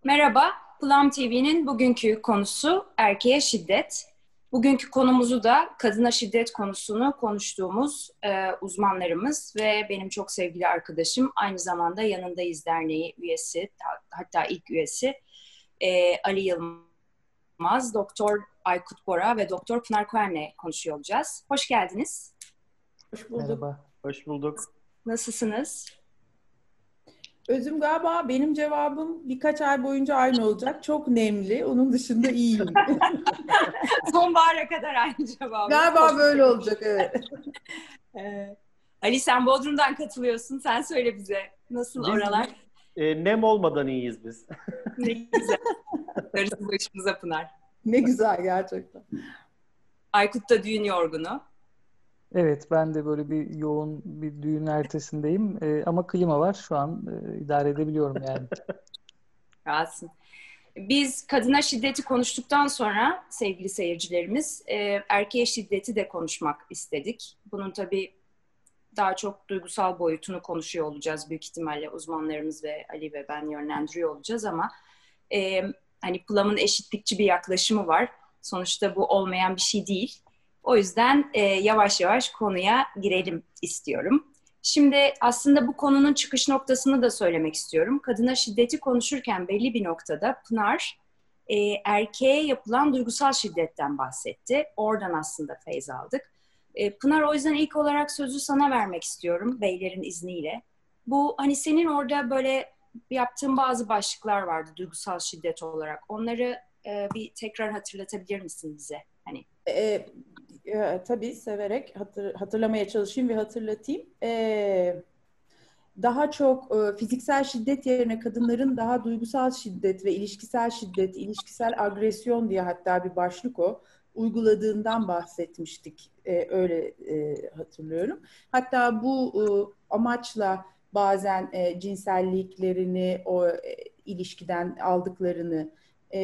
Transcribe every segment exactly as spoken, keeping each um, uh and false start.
Merhaba, Plum T V'nin bugünkü konusu erkeğe şiddet. Bugünkü konumuzu da kadına şiddet konusunu konuştuğumuz e, uzmanlarımız ve benim çok sevgili arkadaşım, aynı zamanda Yanındayız Derneği üyesi, hatta ilk üyesi e, Ali Yılmaz, Doktor Aykut Bora ve Doktor Pınar Kuen'le konuşuyor olacağız. Hoş geldiniz. Hoş bulduk. Merhaba. Hoş bulduk. Nasılsınız? Özüm, galiba benim cevabım birkaç ay boyunca aynı olacak. Çok nemli. Onun dışında iyiyim. Sonbahara kadar aynı cevabı. Galiba böyle olacak, evet. Ee, Ali, sen Bodrum'dan katılıyorsun. Sen söyle bize. Nasıl Biz, oralar? E, nem olmadan iyiyiz biz. Ne güzel. Darısı başımıza Pınar. Ne güzel gerçekten. Aykut da düğün yorgunu. Evet, ben de böyle bir yoğun bir düğün ertesindeyim. Ee, ama klima var şu an. Ee, idare edebiliyorum yani. Rahatsın. Biz kadına şiddeti konuştuktan sonra sevgili seyircilerimiz e, erkeğe şiddeti de konuşmak istedik. Bunun tabii daha çok duygusal boyutunu konuşuyor olacağız büyük ihtimalle, uzmanlarımız ve Ali ve ben yönlendiriyor olacağız ama e, hani Plum'un eşitlikçi bir yaklaşımı var. Sonuçta bu olmayan bir şey değil. O yüzden e, yavaş yavaş konuya girelim istiyorum. Şimdi aslında bu konunun çıkış noktasını da söylemek istiyorum. Kadına şiddeti konuşurken belli bir noktada Pınar e, erkeğe yapılan duygusal şiddetten bahsetti. Oradan aslında feyz aldık. E, Pınar, o yüzden ilk olarak sözü sana vermek istiyorum beylerin izniyle. Bu hani senin orada böyle yaptığın bazı başlıklar vardı duygusal şiddet olarak. Onları e, bir tekrar hatırlatabilir misin bize? Hani Ee, e, tabii severek hatır, hatırlamaya çalışayım ve hatırlatayım. Ee, daha çok e, fiziksel şiddet yerine kadınların daha duygusal şiddet ve ilişkisel şiddet, ilişkisel agresyon diye hatta bir başlık o, uyguladığından bahsetmiştik. E, öyle e, hatırlıyorum. Hatta bu e, amaçla bazen e, cinselliklerini o e, ilişkiden aldıklarını e,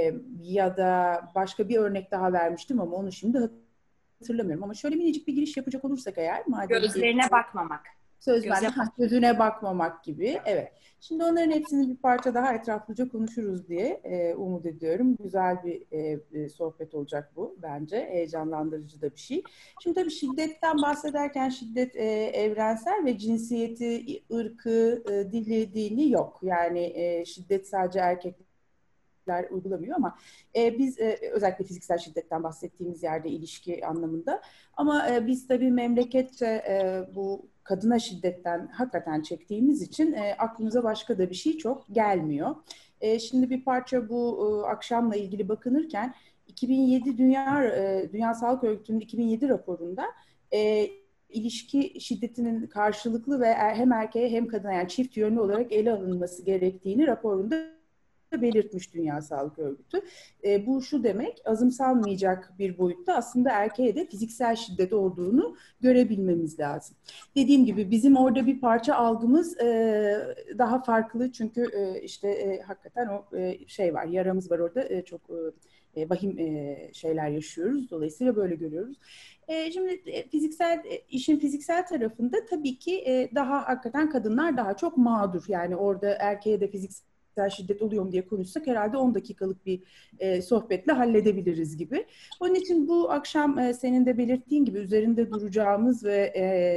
ya da başka bir örnek daha vermiştim ama onu şimdi hatırlamıyorum. Ama şöyle minicik bir giriş yapacak olursak eğer, madem ki gözlerine bakmamak. söz Göze... bende, ha, gözüne bakmamak gibi. Evet. Şimdi onların hepsini bir parça daha etraflıca konuşuruz diye e, umut ediyorum. Güzel bir e, e, sohbet olacak bu bence. Heyecanlandırıcı da bir şey. Şimdi tabii şiddetten bahsederken şiddet e, evrensel ve cinsiyeti, ırkı, e, dili, dini yok. Yani e, şiddet sadece erkekler uygulamıyor ama e, biz e, özellikle fiziksel şiddetten bahsettiğimiz yerde ilişki anlamında. Ama e, biz tabii memleketçe e, bu kadına şiddetten hakikaten çektiğimiz için e, aklımıza başka da bir şey çok gelmiyor. E, şimdi bir parça bu e, akşamla ilgili bakınırken iki bin yedi Dünya e, Dünya Sağlık Örgütü'nün iki bin yedi raporunda e, ilişki şiddetinin karşılıklı ve hem erkeğe hem kadına, yani çift yönlü olarak ele alınması gerektiğini raporunda belirtmiş Dünya Sağlık Örgütü. E, bu şu demek, azımsanmayacak bir boyutta aslında erkeğe de fiziksel şiddet olduğunu görebilmemiz lazım. Dediğim gibi bizim orada bir parça algımız e, daha farklı çünkü e, işte e, hakikaten o e, şey var, yaramız var orada, e, çok e, vahim e, şeyler yaşıyoruz. Dolayısıyla böyle görüyoruz. E, şimdi e, fiziksel e, işin fiziksel tarafında tabii ki e, daha hakikaten kadınlar daha çok mağdur. Yani orada erkeğe de fiziksel şiddet oluyor mu diye konuşsak herhalde on dakikalık bir e, sohbetle halledebiliriz gibi. Onun için bu akşam e, senin de belirttiğin gibi üzerinde duracağımız ve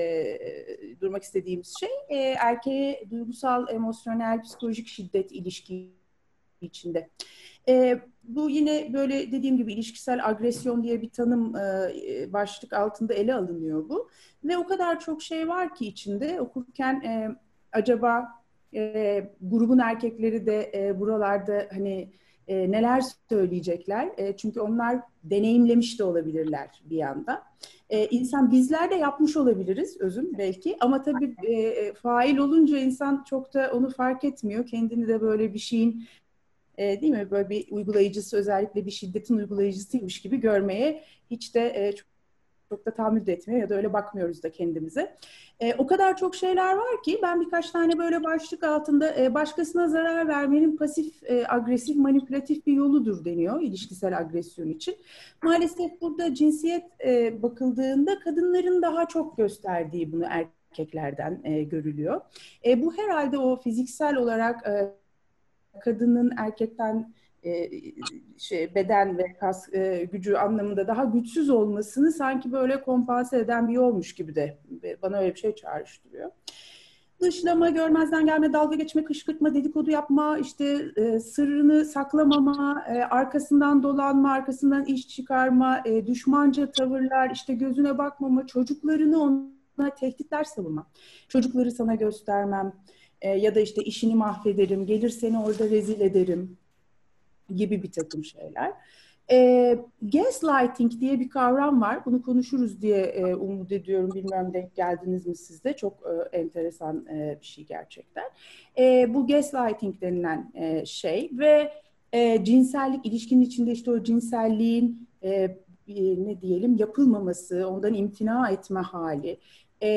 e, durmak istediğimiz şey e, erkeğe duygusal, emosyonel, psikolojik şiddet ilişki içinde. E, bu yine böyle dediğim gibi ilişkisel agresyon diye bir tanım e, başlık altında ele alınıyor bu. Ve o kadar çok şey var ki içinde okurken e, acaba e, grubun erkekleri de e, buralarda hani e, neler söyleyecekler? E, çünkü onlar deneyimlemiş de olabilirler bir yanda. E, insan bizler de yapmış olabiliriz özüm belki ama tabii e, fail olunca insan çok da onu fark etmiyor. Kendini de böyle bir şeyin e, değil mi? Böyle bir uygulayıcısı, özellikle bir şiddetin uygulayıcısıymış gibi görmeye hiç de e, çok, çok da tahammül de etmiyor ya da öyle bakmıyoruz da kendimize. E, o kadar çok şeyler var ki ben birkaç tane böyle başlık altında e, başkasına zarar vermenin pasif, e, agresif, manipülatif bir yoludur deniyor ilişkisel agresyon için. Maalesef burada cinsiyet e, bakıldığında kadınların daha çok gösterdiği bunu erkeklerden e, görülüyor. E, bu herhalde o fiziksel olarak e, kadının erkekten e, şey, beden ve kas e, gücü anlamında daha güçsüz olmasını sanki böyle kompanse eden bir yolmuş gibi de bana öyle bir şey çağrıştırıyor. Dışlama, görmezden gelme, dalga geçme, kışkırtma, dedikodu yapma, işte e, sırrını saklamama, e, arkasından dolanma, arkasından iş çıkarma, e, düşmanca tavırlar, işte gözüne bakmama, çocuklarını ona tehditler savunma. Çocukları sana göstermem e, ya da işte işini mahvederim, gelir seni orada rezil ederim gibi bir takım şeyler. E, gaslighting diye bir kavram var. Bunu konuşuruz diye e, umut ediyorum. Bilmem denk geldiniz mi siz de? Çok e, enteresan e, bir şey gerçekten. E, bu gaslighting denilen e, şey ve e, cinsellik, ilişkinin içinde işte o cinselliğin e, e, ne diyelim yapılmaması, ondan imtina etme hali e,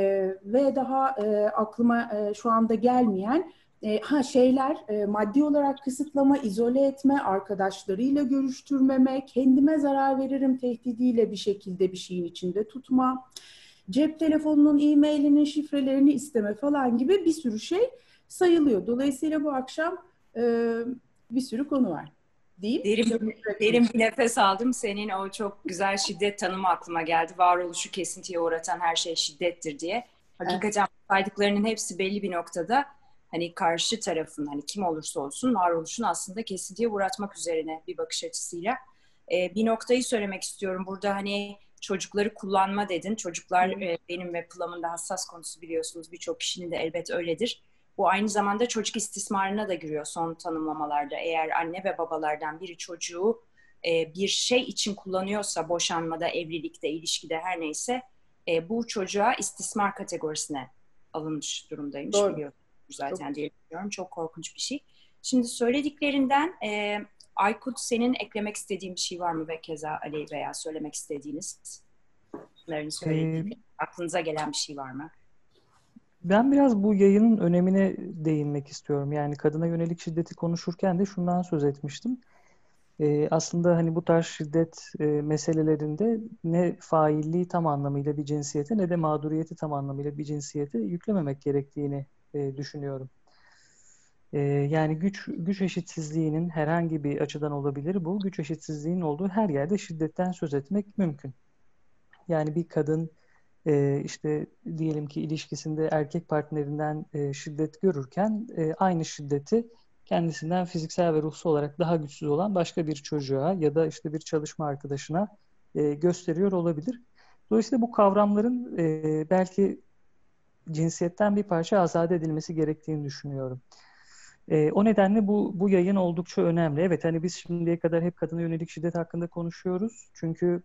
ve daha e, aklıma e, şu anda gelmeyen E, ha şeyler e, maddi olarak kısıtlama, izole etme, arkadaşlarıyla görüştürmeme, kendime zarar veririm tehdidiyle bir şekilde bir şeyin içinde tutma, cep telefonunun, e-mailinin şifrelerini isteme falan gibi bir sürü şey sayılıyor. Dolayısıyla bu akşam e, bir sürü konu var. Değil mi? Derin, derin bir nefes aldım. Senin o çok güzel şiddet tanımı aklıma geldi. Varoluşu kesintiye uğratan her şey şiddettir diye. Hakikaten saydıklarının hepsi belli bir noktada hani karşı tarafın, hani kim olursa olsun varoluşunu aslında kesintiye uğratmak üzerine bir bakış açısıyla. Ee, bir noktayı söylemek istiyorum. Burada hani çocukları kullanma dedin. Çocuklar e, benim ve Plum'un da hassas konusu biliyorsunuz. Birçok kişinin de elbet öyledir. Bu aynı zamanda çocuk istismarına da giriyor son tanımlamalarda. Eğer anne ve babalardan biri çocuğu e, bir şey için kullanıyorsa, boşanmada, evlilikte, ilişkide her neyse e, bu çocuğa istismar kategorisine alınmış durumdaymış. Doğru. Biliyorsunuz zaten çok diye düşünüyorum. Çok korkunç bir şey. Şimdi söylediklerinden e, Aykut, senin eklemek istediğin bir şey var mı ve keza Ali veya söylemek istediğiniz söylediğiniz, ee, aklınıza gelen bir şey var mı? Ben biraz bu yayının önemine değinmek istiyorum. Yani kadına yönelik şiddeti konuşurken de şundan söz etmiştim. Ee, aslında hani bu tarz şiddet e, meselelerinde ne failliği tam anlamıyla bir cinsiyete ne de mağduriyeti tam anlamıyla bir cinsiyete yüklememek gerektiğini e, düşünüyorum. E, yani güç güç eşitsizliğinin herhangi bir açıdan olabilir bu. Güç eşitsizliğinin olduğu her yerde şiddetten söz etmek mümkün. Yani bir kadın e, işte diyelim ki ilişkisinde erkek partnerinden e, şiddet görürken e, aynı şiddeti kendisinden fiziksel ve ruhsal olarak daha güçsüz olan başka bir çocuğa ya da işte bir çalışma arkadaşına e, gösteriyor olabilir. Dolayısıyla bu kavramların e, belki cinsiyetten bir parça azade edilmesi gerektiğini düşünüyorum. E, o nedenle bu bu yayın oldukça önemli. Evet, hani biz şimdiye kadar hep kadına yönelik şiddet hakkında konuşuyoruz. Çünkü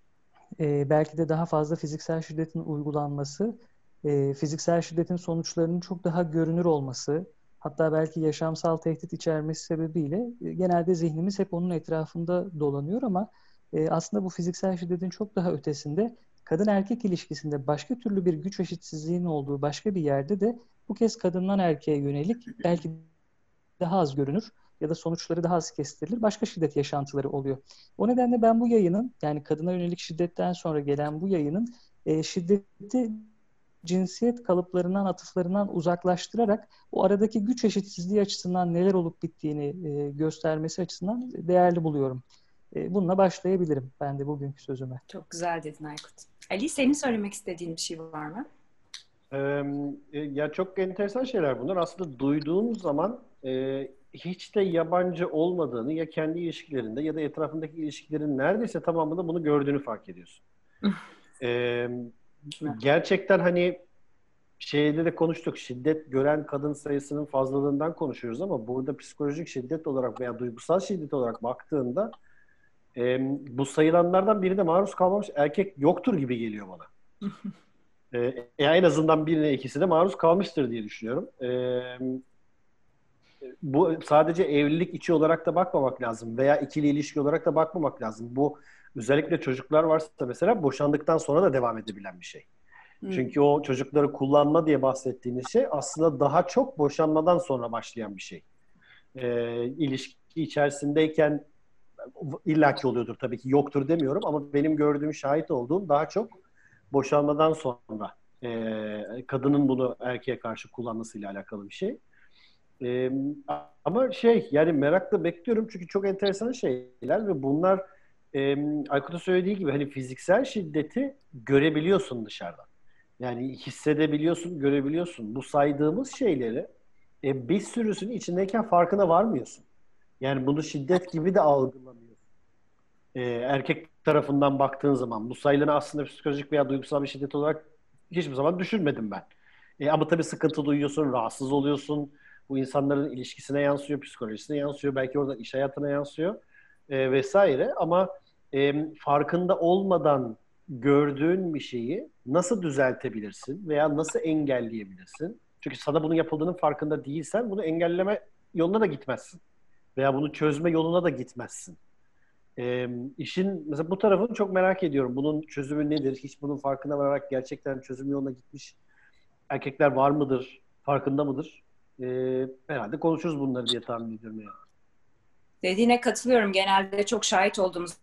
e, belki de daha fazla fiziksel şiddetin uygulanması, e, fiziksel şiddetin sonuçlarının çok daha görünür olması, hatta belki yaşamsal tehdit içermesi sebebiyle e, genelde zihnimiz hep onun etrafında dolanıyor ama e, aslında bu fiziksel şiddetin çok daha ötesinde kadın erkek ilişkisinde başka türlü bir güç eşitsizliğinin olduğu başka bir yerde de bu kez kadından erkeğe yönelik belki daha az görünür ya da sonuçları daha az kestirilir. Başka şiddet yaşantıları oluyor. O nedenle ben bu yayının, yani kadına yönelik şiddetten sonra gelen bu yayının e, şiddeti cinsiyet kalıplarından, atıflarından uzaklaştırarak o aradaki güç eşitsizliği açısından neler olup bittiğini e, göstermesi açısından değerli buluyorum. E, bununla başlayabilirim ben de bugünkü sözüme. Çok güzel dedin Aykut. Ali, senin söylemek istediğin bir şey var mı? Ee, ya çok enteresan şeyler bunlar. Aslında duyduğun zaman e, hiç de yabancı olmadığını ya kendi ilişkilerinde ya da etrafındaki ilişkilerin neredeyse tamamında bunu gördüğünü fark ediyorsun. ee, gerçekten hani şeyde de konuştuk, şiddet gören kadın sayısının fazlalığından konuşuyoruz ama burada psikolojik şiddet olarak veya duygusal şiddet olarak baktığında e, bu sayılanlardan birine maruz kalmamış erkek yoktur gibi geliyor bana. Ee, en azından birine ikisi de maruz kalmıştır diye düşünüyorum. Ee, bu sadece evlilik içi olarak da bakmamak lazım veya ikili ilişki olarak da bakmamak lazım. Bu özellikle çocuklar varsa mesela boşandıktan sonra da devam edebilen bir şey. Hmm. Çünkü o çocukları kullanma diye bahsettiğiniz şey aslında daha çok boşanmadan sonra başlayan bir şey. Ee, ilişki içerisindeyken illaki oluyordur tabii ki, yoktur demiyorum ama benim gördüğüm, şahit olduğum daha çok boşanmadan sonra Ee, kadının bunu erkeğe karşı kullanmasıyla alakalı bir şey. Ee, ama şey yani merakla bekliyorum çünkü çok enteresan şeyler ve bunlar e, Aykut'un söylediği gibi hani fiziksel şiddeti görebiliyorsun dışarıdan. Yani hissedebiliyorsun, görebiliyorsun. Bu saydığımız şeyleri e, bir sürüsünün içindeyken farkına varmıyorsun. Yani bunu şiddet gibi de algılamıyorsun. E, erkek tarafından baktığın zaman bu sayıları aslında psikolojik veya duygusal bir şiddet olarak hiçbir zaman düşünmedim ben. E, ama tabii sıkıntı duyuyorsun, rahatsız oluyorsun. Bu insanların ilişkisine yansıyor, psikolojisine yansıyor, belki oradan iş hayatına yansıyor e, vesaire. Ama e, farkında olmadan gördüğün bir şeyi nasıl düzeltebilirsin veya nasıl engelleyebilirsin? Çünkü sana bunun yapıldığının farkında değilsen bunu engelleme yoluna da gitmezsin. Veya bunu çözme yoluna da gitmezsin. E, işin mesela bu tarafını çok merak ediyorum. Bunun çözümü nedir? Hiç bunun farkına vararak gerçekten çözüm yoluna gitmiş erkekler var mıdır? Farkında mıdır? E, herhalde konuşuruz bunları diye tahmin ediyorum yani. Dediğine katılıyorum. Genelde çok şahit olduğumuz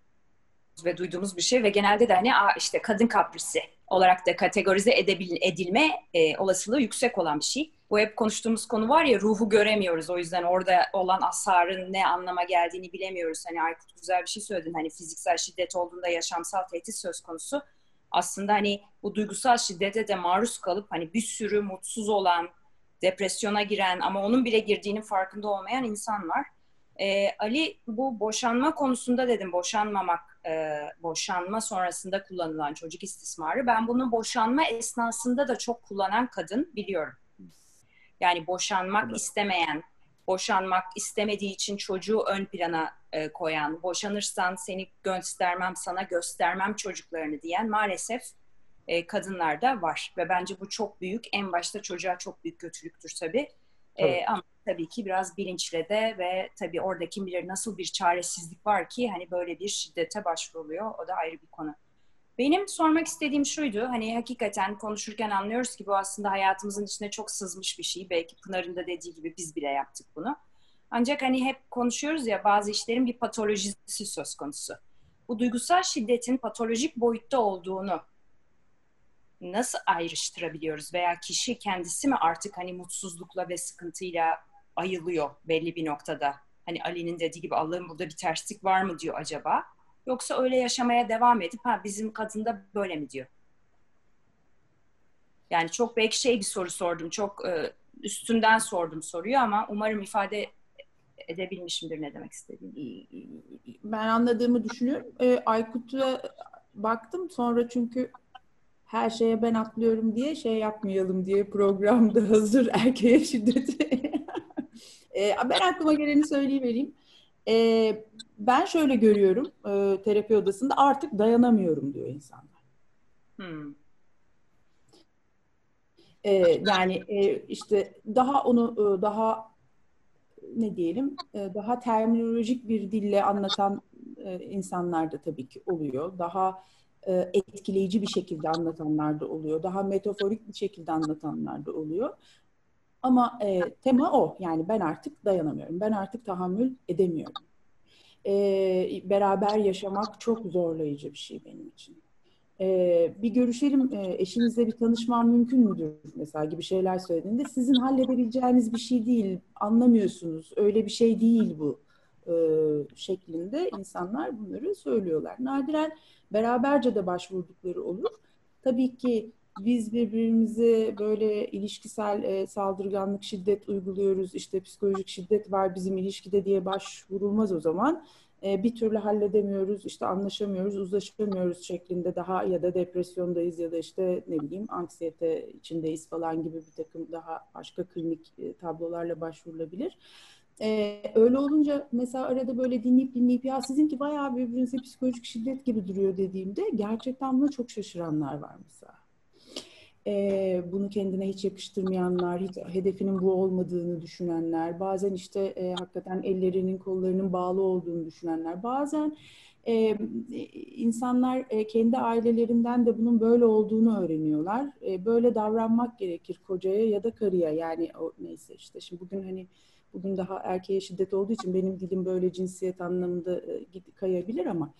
ve duyduğumuz bir şey ve genelde de hani Aa, işte kadın kaprisi olarak da kategorize edebil, edilme e, olasılığı yüksek olan bir şey. Bu hep konuştuğumuz konu var ya, ruhu göremiyoruz. O yüzden orada olan hasarın ne anlama geldiğini bilemiyoruz. Hani Aykut güzel bir şey söyledin. Hani fiziksel şiddet olduğunda yaşamsal tehdit söz konusu. Aslında hani bu duygusal şiddete de maruz kalıp hani bir sürü mutsuz olan, depresyona giren ama onun bile girdiğinin farkında olmayan insan var. Ee, Ali, bu boşanma konusunda dedim, boşanmamak, e, boşanma sonrasında kullanılan çocuk istismarı. Ben bunu boşanma esnasında da çok kullanan kadın biliyorum. Yani boşanmak Evet. istemeyen, boşanmak istemediği için çocuğu ön plana e, koyan, boşanırsan seni göstermem, sana göstermem çocuklarını diyen maalesef e, kadınlar da var. Ve bence bu çok büyük, en başta çocuğa çok büyük kötülüktür tabii. Tabii. E, ama tabii ki biraz bilinçle de ve tabii orada kim bilir nasıl bir çaresizlik var ki hani böyle bir şiddete başvuruluyor. O da ayrı bir konu. Benim sormak istediğim şuydu, hani hakikaten konuşurken anlıyoruz ki bu aslında hayatımızın içine çok sızmış bir şey. Belki Pınar'ın da dediği gibi biz bile yaptık bunu. Ancak hani hep konuşuyoruz ya, bazı işlerin bir patolojisi söz konusu. Bu duygusal şiddetin patolojik boyutta olduğunu nasıl ayrıştırabiliyoruz? Veya kişi kendisi mi artık hani mutsuzlukla ve sıkıntıyla ayılıyor belli bir noktada? Hani Ali'nin dediği gibi Allah'ım burada bir terslik var mı diyor acaba? Yoksa öyle yaşamaya devam edip ha bizim kadında böyle mi diyor? Yani çok belki şey bir soru sordum. Çok e, üstünden sordum soruyu ama umarım ifade edebilmişimdir ne demek istediğimi. Ben anladığımı düşünüyorum. E, Aykut'a baktım sonra çünkü her şeye ben atlıyorum diye şey yapmayalım diye programda hazır erkeğe şiddeti. e, ben aklıma geleni söyleyivereyim. E, ben şöyle görüyorum e, terapi odasında artık dayanamıyorum diyor insanlar. Hmm. E, yani e, işte daha onu e, daha ne diyelim daha terminolojik bir dille anlatan insanlar da tabii ki oluyor. Daha etkileyici bir şekilde anlatanlar da oluyor. Daha metaforik bir şekilde anlatanlar da oluyor. Ama e, tema o. Yani ben artık dayanamıyorum. Ben artık tahammül edemiyorum. E, beraber yaşamak çok zorlayıcı bir şey benim için. Ee, bir görüşelim, e, eşinizle bir tanışmam mümkün müdür mesela gibi şeyler söylediğinde sizin halledebileceğiniz bir şey değil, anlamıyorsunuz, öyle bir şey değil bu e, şeklinde insanlar bunları söylüyorlar. Nadiren beraberce de başvurdukları olur. Tabii ki biz birbirimize böyle ilişkisel e, saldırganlık, şiddet uyguluyoruz, işte psikolojik şiddet var bizim ilişkide diye başvurulmaz o zaman. Bir türlü halledemiyoruz, işte anlaşamıyoruz, uzlaşamıyoruz şeklinde daha ya da depresyondayız ya da işte ne bileyim anksiyete içindeyiz falan gibi bir takım daha başka klinik tablolarla başvurulabilir. Ee, öyle olunca mesela arada böyle dinleyip dinleyip ya sizinki bayağı birbirinize psikolojik şiddet gibi duruyor dediğimde gerçekten buna çok şaşıranlar var mesela. E, bunu kendine hiç yakıştırmayanlar, hiç hedefinin bu olmadığını düşünenler, bazen işte e, hakikaten ellerinin kollarının bağlı olduğunu düşünenler, bazen e, insanlar e, kendi ailelerinden de bunun böyle olduğunu öğreniyorlar. E, böyle davranmak gerekir kocaya ya da karıya, yani o neyse işte şimdi bugün hani bugün daha erkeğe şiddet olduğu için benim dilim böyle cinsiyet anlamında e, kayabilir ama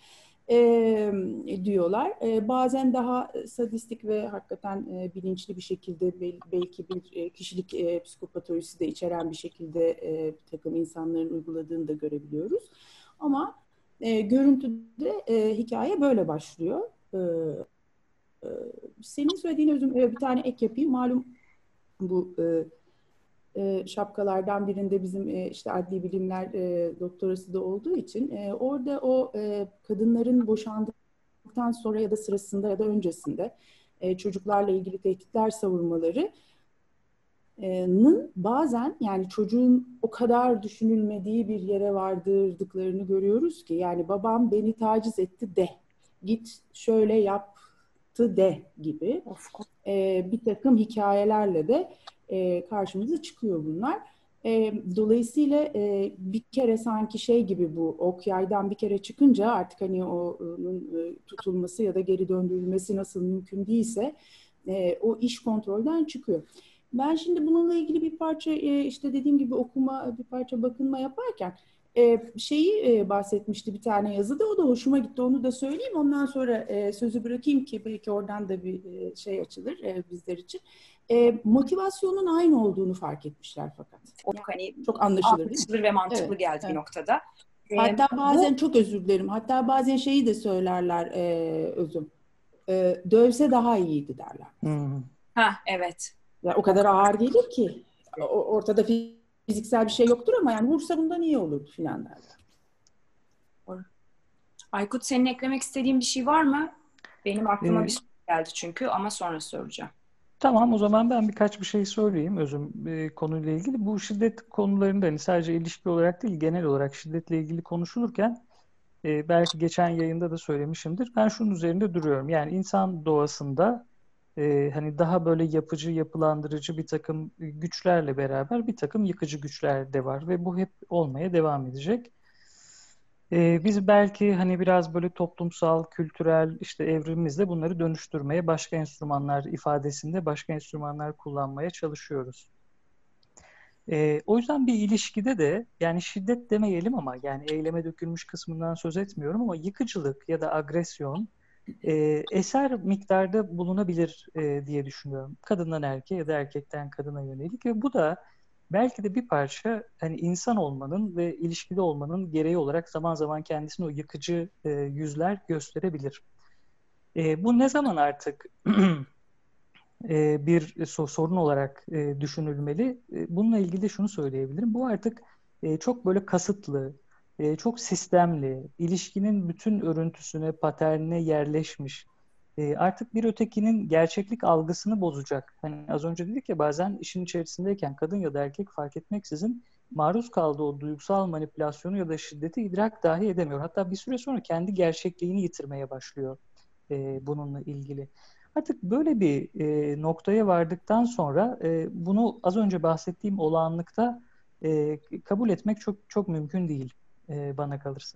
e, diyorlar. E, bazen daha sadistik ve hakikaten e, bilinçli bir şekilde bel, belki bir e, kişilik e, psikopatolojisi de içeren bir şekilde e, bir takım insanların uyguladığını da görebiliyoruz. Ama e, görüntüde e, hikaye böyle başlıyor. E, e, senin söylediğin özüm e, bir tane ek yapayım. Malum bu e, e, şapkalardan birinde bizim e, işte adli bilimler e, doktorası da olduğu için e, orada o e, kadınların boşandıktan sonra ya da sırasında ya da öncesinde e, çocuklarla ilgili tehditler savurmaları bazen yani çocuğun o kadar düşünülmediği bir yere vardırdıklarını görüyoruz ki yani babam beni taciz etti de git şöyle yaptı de gibi e, bir takım hikayelerle de e, karşımıza çıkıyor bunlar. E, dolayısıyla e, bir kere sanki şey gibi bu ok yaydan bir kere çıkınca artık hani onun e, tutulması ya da geri döndürülmesi nasıl mümkün değilse e, o iş kontrolden çıkıyor. Ben şimdi bununla ilgili bir parça e, işte dediğim gibi okuma, bir parça bakınma yaparken e, şeyi e, bahsetmişti bir tane yazıda. O da hoşuma gitti. Onu da söyleyeyim. Ondan sonra e, sözü bırakayım ki belki oradan da bir e, şey açılır e, bizler için. E, motivasyonun aynı olduğunu fark etmişler fakat. O yani, hani çok anlaşılır, anlaşılır ve mantıklı evet, geldi evet. bir noktada. Hatta ee, bazen bu... çok özür dilerim. Hatta bazen şeyi de söylerler e, Özüm. E, dövse daha iyiydi derler. Hmm. Ha evet. Ya o kadar ağır gelir ki. O, ortada fiziksel bir şey yoktur ama yani vursa bundan iyi olurdu filan derler. Aykut senin eklemek istediğin bir şey var mı? Benim aklıma ee, bir şey geldi çünkü ama sonra soracağım. Tamam o zaman ben birkaç bir şey söyleyeyim özüm e, konuyla ilgili. Bu şiddet konularında hani sadece ilişki olarak değil genel olarak şiddetle ilgili konuşulurken e, belki geçen yayında da söylemişimdir. Ben şunun üzerinde duruyorum. Yani insan doğasında e, hani daha böyle yapıcı, yapılandırıcı bir takım güçlerle beraber bir takım yıkıcı güçler de var ve bu hep olmaya devam edecek. Ee, biz belki hani biraz böyle toplumsal, kültürel işte evrimimizle bunları dönüştürmeye, başka enstrümanlar ifadesinde başka enstrümanlar kullanmaya çalışıyoruz. Ee, o yüzden bir ilişkide de yani şiddet demeyelim ama yani eyleme dökülmüş kısmından söz etmiyorum ama yıkıcılık ya da agresyon e, eser miktarda bulunabilir e, diye düşünüyorum. Kadından erkeğe ya da erkekten kadına yönelik ve bu da belki de bir parça hani insan olmanın ve ilişkide olmanın gereği olarak zaman zaman kendisini o yıkıcı e, yüzler gösterebilir. E, bu ne zaman artık e, bir sorun olarak e, düşünülmeli? E, bununla ilgili de şunu söyleyebilirim. Bu artık e, çok böyle kasıtlı, e, çok sistemli, ilişkinin bütün örüntüsüne, paternine yerleşmiş. E, artık bir ötekinin gerçeklik algısını bozacak. Hani az önce dedik ya bazen işin içerisindeyken kadın ya da erkek fark etmeksizin maruz kaldığı o duygusal manipülasyonu ya da şiddeti idrak dahi edemiyor. Hatta bir süre sonra kendi gerçekliğini yitirmeye başlıyor e, bununla ilgili. Artık böyle bir e, noktaya vardıktan sonra e, bunu az önce bahsettiğim olağanlıkta e, kabul etmek çok çok mümkün değil e, bana kalırsa.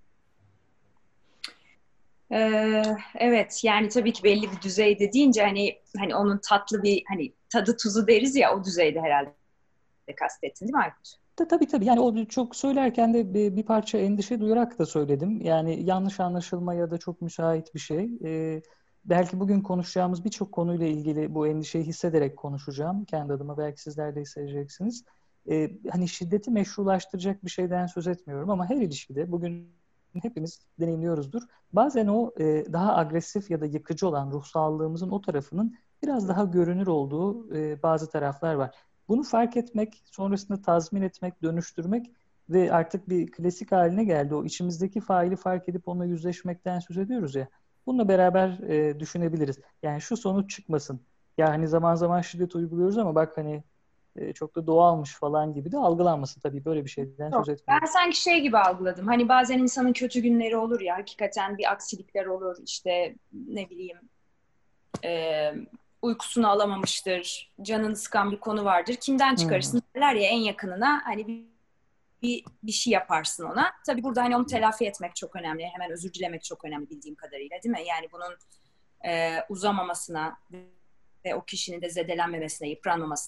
Ee, evet yani tabii ki belli bir düzeyde deyince hani hani onun tatlı bir hani tadı tuzu deriz ya o düzeyde herhalde kastettin değil mi Aykut? Da, tabii tabii yani o çok söylerken de bir, bir parça endişe duyarak da söyledim. Yani yanlış anlaşılma ya da çok müsait bir şey. Ee, belki bugün konuşacağımız birçok konuyla ilgili bu endişeyi hissederek konuşacağım. Kendi adıma belki sizler de hissedeceksiniz. Ee, hani şiddeti meşrulaştıracak bir şeyden söz etmiyorum ama her ilişkide bugün hepimiz deneyimliyoruzdur. Bazen o e, daha agresif ya da yıkıcı olan ruh sağlığımızın o tarafının biraz daha görünür olduğu e, bazı taraflar var. Bunu fark etmek, sonrasında tazmin etmek, dönüştürmek ve artık bir klasik haline geldi. O içimizdeki faili fark edip onunla yüzleşmekten söz ediyoruz ya. Bununla beraber e, düşünebiliriz. Yani şu sonuç çıkmasın. Ya hani zaman zaman şiddet uyguluyoruz ama bak hani e, çok da doğalmış falan gibi de algılanmasın tabii. Böyle bir şeyden Yok, söz etmiyorum. ben sanki şey gibi algıladım. Hani bazen insanın kötü günleri olur ya. Hakikaten bir aksilikler olur. İşte ne bileyim e, uykusunu alamamıştır. Canını sıkan bir konu vardır. Kimden çıkarırsın derler ya en yakınına hani bir, bir, bir şey yaparsın ona. Tabii burada hani onu telafi etmek çok önemli. Hemen özür dilemek çok önemli bildiğim kadarıyla değil mi? Yani bunun e, uzamamasına ve o kişinin de zedelenmemesine, yıpranmamasına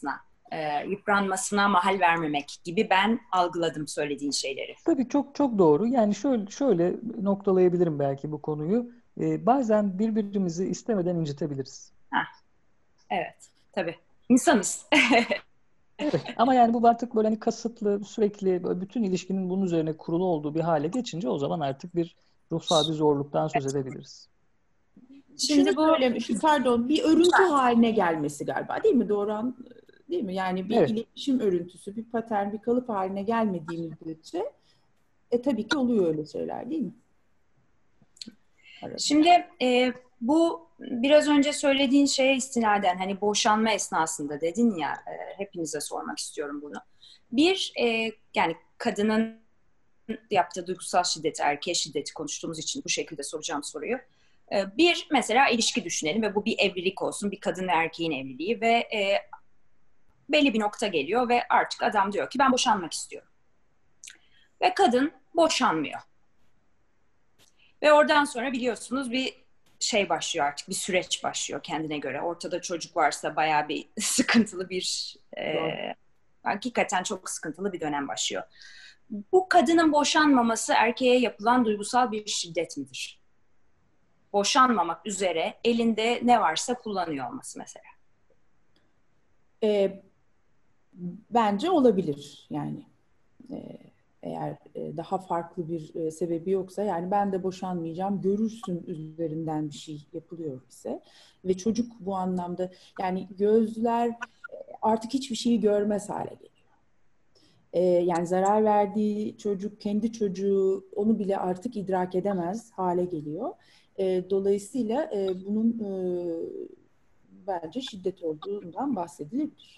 e, yıpranmasına mahal vermemek gibi ben algıladım söylediğin şeyleri. Tabii çok çok doğru. Yani şöyle şöyle noktalayabilirim belki bu konuyu. Ee, bazen birbirimizi istemeden incitebiliriz. Heh, evet, tabii. İnsanız. Evet. Ama yani bu artık böyle hani kasıtlı, sürekli böyle bütün ilişkinin bunun üzerine kurulu olduğu bir hale geçince o zaman artık bir ruhsal bir zorluktan söz edebiliriz. Şimdi Şunu bu söyle, şu pardon, bir örüntü haline gelmesi galiba, değil mi Doğran? Değil mi? Yani bir Evet. iletişim örüntüsü, bir patern, bir kalıp haline gelmediği müddetçe e, tabii ki oluyor öyle şeyler, değil mi? Arada. Şimdi e, bu biraz önce söylediğin şeye istinaden hani boşanma esnasında dedin ya e, hepinize sormak istiyorum bunu. Bir e, yani kadının yaptığı duygusal şiddeti, erkeğe şiddeti konuştuğumuz için bu şekilde soracağım soruyu. E, bir mesela ilişki düşünelim ve bu bir evlilik olsun, bir kadın ve erkeğin evliliği ve e, belli bir nokta geliyor ve artık adam diyor ki ben boşanmak istiyorum. Ve kadın boşanmıyor. Ve oradan sonra biliyorsunuz bir şey başlıyor artık, bir süreç başlıyor kendine göre. Ortada çocuk varsa bayağı bir sıkıntılı bir, e, hakikaten çok sıkıntılı bir dönem başlıyor. Bu kadının boşanmaması erkeğe yapılan duygusal bir şiddet midir? Boşanmamak üzere elinde ne varsa kullanıyor olması mesela. E, bence olabilir yani. E, eğer e, daha farklı bir e, sebebi yoksa, yani ben de boşanmayacağım, görürsün üzerinden bir şey yapılıyor ise ve çocuk bu anlamda, yani gözler e, artık hiçbir şeyi görmez hale geliyor. E, yani zarar verdiği çocuk, kendi çocuğu, onu bile artık idrak edemez hale geliyor. E, dolayısıyla e, bunun e, bence şiddet olduğundan bahsedilebilir.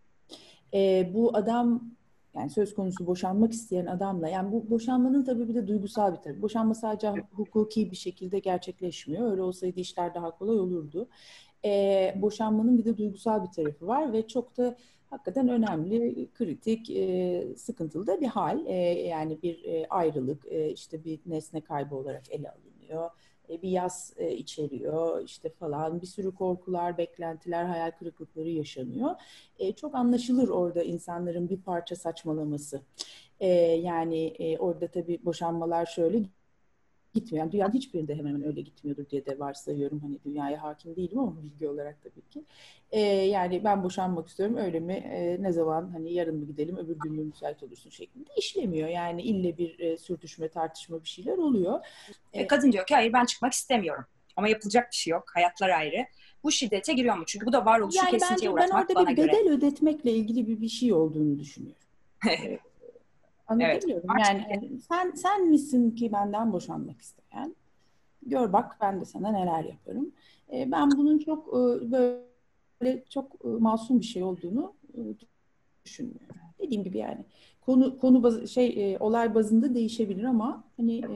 E, bu adam, yani söz konusu boşanmak isteyen adamla, yani bu boşanmanın tabii bir de duygusal bir tarafı. Boşanma sadece hukuki bir şekilde gerçekleşmiyor. Öyle olsaydı işler daha kolay olurdu. E, boşanmanın bir de duygusal bir tarafı var ve çok da hakikaten önemli, kritik, e, sıkıntılı da bir hal. E, yani bir e, ayrılık, e, işte bir nesne kaybı olarak ele alınıyor. E, bir yas e, içeriyor işte falan, bir sürü korkular, beklentiler, hayal kırıklıkları yaşanıyor. E, çok anlaşılır orada insanların bir parça saçmalaması. E, yani e, orada tabii boşanmalar şöyle gitmiyor. Yani dünyanın hiçbirinde hemen hemen öyle gitmiyordur diye de varsayıyorum. Hani dünyaya hakim değilim ama bilgi olarak tabii ki. Ee, yani ben boşanmak istiyorum, öyle mi? Ee, ne zaman? Hani yarın mı gidelim, öbür gün mü müsait olursun şeklinde işlemiyor. Yani ille bir e, sürtüşme, tartışma bir şeyler oluyor. Ee, Kadın diyor ki hayır ben çıkmak istemiyorum. Ama yapılacak bir şey yok. Hayatlar ayrı. Bu şiddete giriyor mu? Çünkü bu da varoluşu yani kesintiye bence ben uğratmak orada bana bir göre. bedel ödetmekle ilgili bir, bir şey olduğunu düşünüyorum. Evet. Anlatabiliyor muyum? Evet. Yani, yani sen sen misin ki benden boşanmak isteyen? Gör bak ben de sana neler yaparım. E, ben bunun çok e, böyle çok e, masum bir şey olduğunu e, düşünmüyorum. Dediğim gibi yani konu konu bazı, şey e, olay bazında değişebilir ama hani e,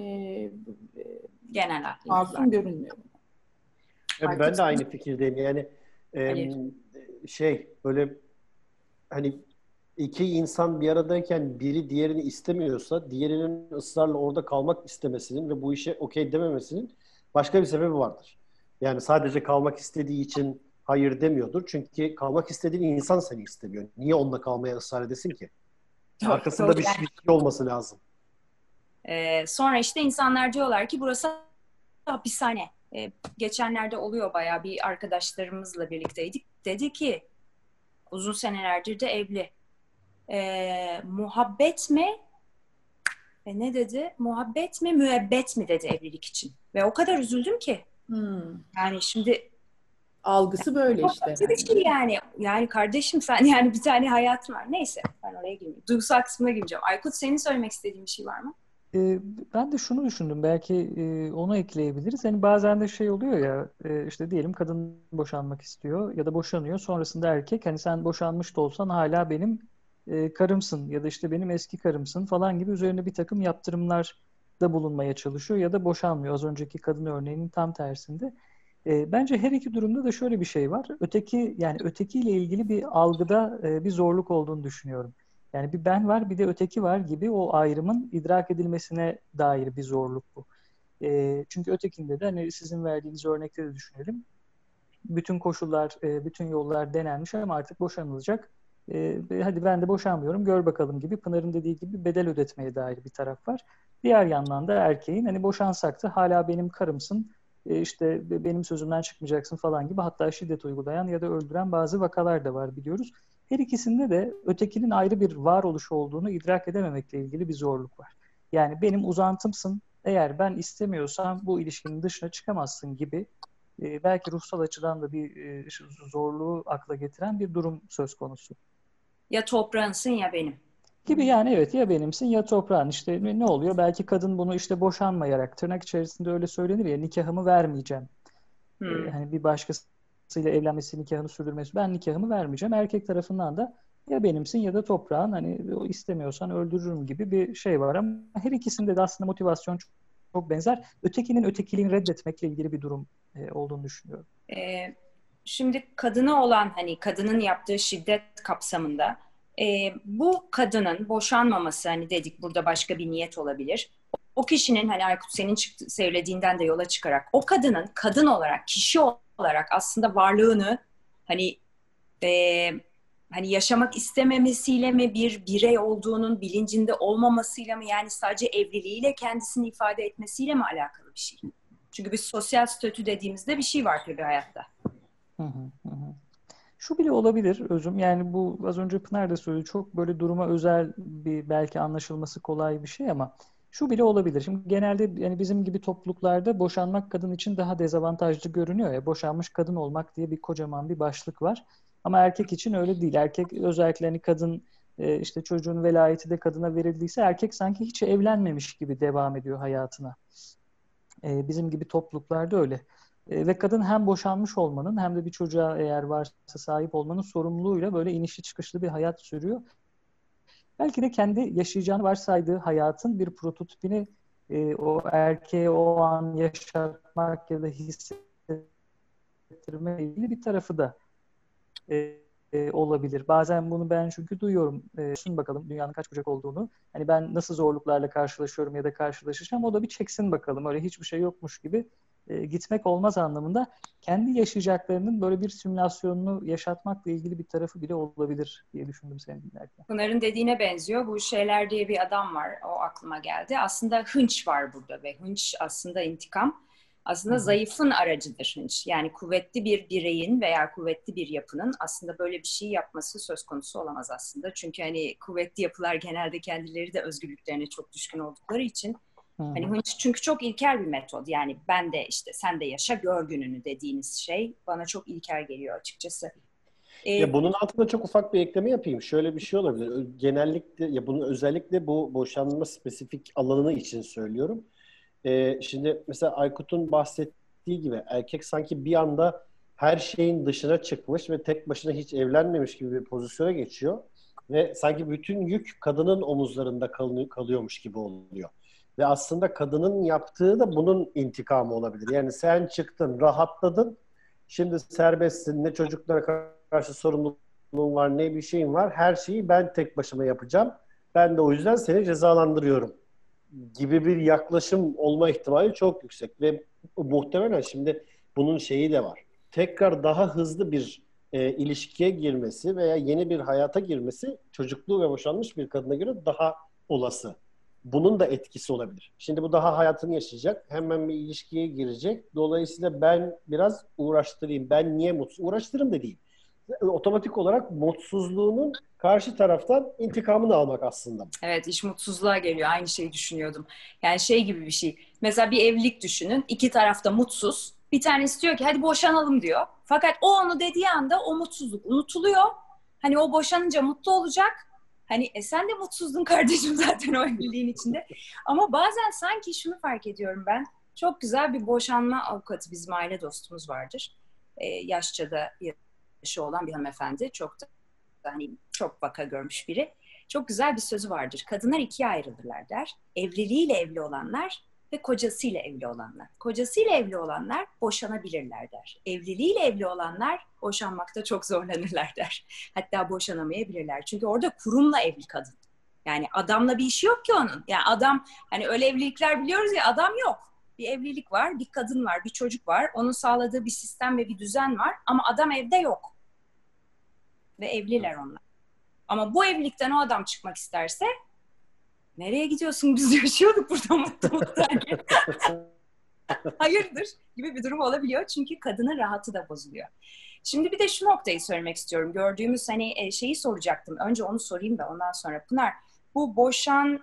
e, Genel masum görünmüyor. E, Ben de aynı fikirdeyim. Yani e, şey böyle hani iki insan bir aradayken biri diğerini istemiyorsa diğerinin ısrarla orada kalmak istemesinin ve bu işe okey dememesinin başka bir sebebi vardır. Yani sadece kalmak istediği için hayır demiyordur. Çünkü kalmak istediğin insan seni istemiyor. Niye onunla kalmaya ısrar edesin ki? Arkasında bir şey, bir şey olması lazım. Ee, sonra işte insanlar diyorlar ki burası hapishane. Ee, geçenlerde oluyor, bayağı bir arkadaşlarımızla birlikteydik. Dedi ki uzun senelerdir de evli. Ee, muhabbet mi? E, ne dedi? Muhabbet mi, müebbet mi dedi evlilik için. Ve o kadar üzüldüm ki. Hmm. Yani şimdi Algısı böyle işte. bir şey yani. Yani kardeşim sen, yani bir tane hayatın var. Neyse ben oraya girmeyeyim. Duygusal kısmına gireceğim. Aykut, senin söylemek istediğin bir şey var mı? Ee, ben de şunu düşündüm, belki e, onu ekleyebiliriz. Hani bazen de şey oluyor ya, e, işte diyelim kadın boşanmak istiyor ya da boşanıyor. Sonrasında erkek, hani sen boşanmış da olsan hala benim e, karımsın ya da işte benim eski karımsın falan gibi üzerine bir takım yaptırımlar da bulunmaya çalışıyor ya da boşanmıyor. Az önceki kadın örneğinin tam tersinde. E, bence her iki durumda da şöyle bir şey var. Öteki, yani ötekiyle ilgili bir algıda e, bir zorluk olduğunu düşünüyorum. Yani bir ben var, bir de öteki var gibi o ayrımın idrak edilmesine dair bir zorluk bu. E, çünkü ötekinde de hani sizin verdiğiniz örnekte de düşünelim. Bütün koşullar, e, bütün yollar denenmiş ama artık boşanılacak. e, hadi ben de boşanmıyorum gör bakalım gibi, Pınar'ın dediği gibi bedel ödetmeye dair bir taraf var. Diğer yandan da erkeğin hani boşansak da hala benim karımsın, e, işte benim sözümden çıkmayacaksın falan gibi, hatta şiddet uygulayan ya da öldüren bazı vakalar da var biliyoruz. Her ikisinde de ötekinin ayrı bir varoluş olduğunu idrak edememekle ilgili bir zorluk var. Yani benim uzantımsın, eğer ben istemiyorsam bu ilişkinin dışına çıkamazsın gibi e, belki ruhsal açıdan da bir e, zorluğu akla getiren bir durum söz konusu. Ya toprağınsın ya benim. Gibi yani, evet, ya benimsin ya toprağın. İşte ne, ne oluyor? Belki kadın bunu işte boşanmayarak, tırnak içerisinde öyle söylenir ya, nikahımı vermeyeceğim. Hmm. Ee, hani bir başkasıyla evlenmesi, nikahını sürdürmesi, ben nikahımı vermeyeceğim. Erkek tarafından da ya benimsin ya da toprağın, hani o istemiyorsan öldürürüm gibi bir şey var, ama her ikisinde de aslında motivasyon çok, çok benzer. Ötekinin ötekiliğini reddetmekle ilgili bir durum e, olduğunu düşünüyorum. Ee, şimdi kadına olan, hani kadının yaptığı şiddet kapsamında e, bu kadının boşanmaması, hani dedik burada başka bir niyet olabilir. O kişinin, hani Aykut senin çıktı, söylediğinden de yola çıkarak, o kadının kadın olarak, kişi olarak aslında varlığını hani e, hani yaşamak istememesiyle mi, bir birey olduğunun bilincinde olmamasıyla mı, yani sadece evliliğiyle kendisini ifade etmesiyle mi alakalı bir şey? Çünkü bir sosyal statü dediğimizde bir şey var tabii hayatta. Hı hı hı. Şu bile olabilir Özüm, yani bu az önce Pınar da söyledi, çok böyle duruma özel bir, belki anlaşılması kolay bir şey, ama şu bile olabilir. Şimdi genelde yani bizim gibi topluluklarda boşanmak kadın için daha dezavantajlı görünüyor ya, boşanmış kadın olmak diye bir kocaman bir başlık var. Ama erkek için öyle değil. Erkek özellikle hani kadın e, işte çocuğun velayeti de kadına verildiyse erkek sanki hiç evlenmemiş gibi devam ediyor hayatına. E, bizim gibi topluluklarda öyle. E, ve kadın hem boşanmış olmanın hem de bir çocuğa eğer varsa sahip olmanın sorumluluğuyla böyle inişli çıkışlı bir hayat sürüyor. Belki de kendi yaşayacağını varsaydığı hayatın bir prototipini e, o erkeğe o an yaşatmak ya da hissettirme ilgili bir tarafı da e, e, olabilir. Bazen bunu ben çünkü duyuyorum. E, düşün bakalım dünyanın kaç bucak olduğunu. Hani ben nasıl zorluklarla karşılaşıyorum ya da karşılaşacağım. O da bir çeksin bakalım. Öyle hiçbir şey yokmuş gibi e, gitmek olmaz anlamında. Kendi yaşayacaklarının böyle bir simülasyonunu yaşatmakla ilgili bir tarafı bile olabilir diye düşündüm seni dinlerken. Pınar'ın dediğine benziyor. Bu Şeyler diye bir adam var. O aklıma geldi. Aslında hınç var burada ve hınç aslında intikam. Aslında Hı hı. zayıfın aracıdır hınç. Yani kuvvetli bir bireyin veya kuvvetli bir yapının aslında böyle bir şey yapması söz konusu olamaz aslında. Çünkü hani kuvvetli yapılar genelde kendileri de özgürlüklerine çok düşkün oldukları için. Hı hı. Hani hınç çünkü çok ilkel bir metod. Yani ben de işte sen de yaşa gör gününü dediğiniz şey bana çok ilkel geliyor açıkçası. Ya Ee, bunun altında çok ufak bir ekleme yapayım. Şöyle bir şey olabilir. Ö- Genellikle ya bunu özellikle bu boşanma spesifik alanı için söylüyorum. Ee, şimdi mesela Aykut'un bahsettiği gibi erkek sanki bir anda her şeyin dışına çıkmış ve tek başına hiç evlenmemiş gibi bir pozisyona geçiyor. Ve sanki bütün yük kadının omuzlarında kalıyor, kalıyormuş gibi oluyor. Ve aslında kadının yaptığı da bunun intikamı olabilir. Yani sen çıktın, rahatladın. Şimdi serbestsin. Ne çocuklara karşı sorumluluğun var, ne bir şeyin var. Her şeyi ben tek başıma yapacağım. Ben de o yüzden seni cezalandırıyorum gibi bir yaklaşım olma ihtimali çok yüksek. Ve muhtemelen şimdi bunun şeyi de var. Tekrar daha hızlı bir e, ilişkiye girmesi veya yeni bir hayata girmesi çocukluğu ve boşanmış bir kadına göre daha olası. Bunun da etkisi olabilir. Şimdi bu daha hayatını yaşayacak. Hemen bir ilişkiye girecek. Dolayısıyla ben biraz uğraştırayım. Ben niye mutsuz? Uğraştırırım da değil. Otomatik olarak mutsuzluğunun karşı taraftan intikamını almak aslında. Evet, iş mutsuzluğa geliyor. Aynı şeyi düşünüyordum. Yani şey gibi bir şey. Mesela bir evlilik düşünün. İki taraf da mutsuz. Bir tanesi diyor ki hadi boşanalım diyor. Fakat o onu dediği anda o mutsuzluk unutuluyor. Hani o boşanınca mutlu olacak. Hani e sen de mutsuzdun kardeşim zaten o evliliğin içinde. Ama bazen sanki şunu fark ediyorum ben. Çok güzel bir boşanma avukatı, bizim aile dostumuz vardır. Ee, yaşça da yaşı olan bir hanımefendi. Çok da hani çok vaka görmüş biri. Çok güzel bir sözü vardır. Kadınlar ikiye ayrılırlar der. Evliliğiyle evli olanlar ve kocasıyla evli olanlar. Kocasıyla evli olanlar boşanabilirler der. Evliliğiyle evli olanlar boşanmakta çok zorlanırlar der. Hatta boşanamayabilirler. Çünkü orada kurumla evli kadın. Yani adamla bir işi yok ki onun. Yani adam, hani öyle evlilikler biliyoruz ya, adam yok. Bir evlilik var, bir kadın var, bir çocuk var. Onun sağladığı bir sistem ve bir düzen var. Ama adam evde yok. Ve evliler onlar. Ama bu evlilikten o adam çıkmak isterse nereye gidiyorsun? Biz yaşıyorduk burada mutlu mutlu. Hayırdır gibi bir durum olabiliyor. Çünkü kadının rahatı da bozuluyor. Şimdi bir de şu noktayı söylemek istiyorum. Gördüğümüz hani şeyi soracaktım. Önce onu sorayım da ondan sonra. Pınar, bu boşan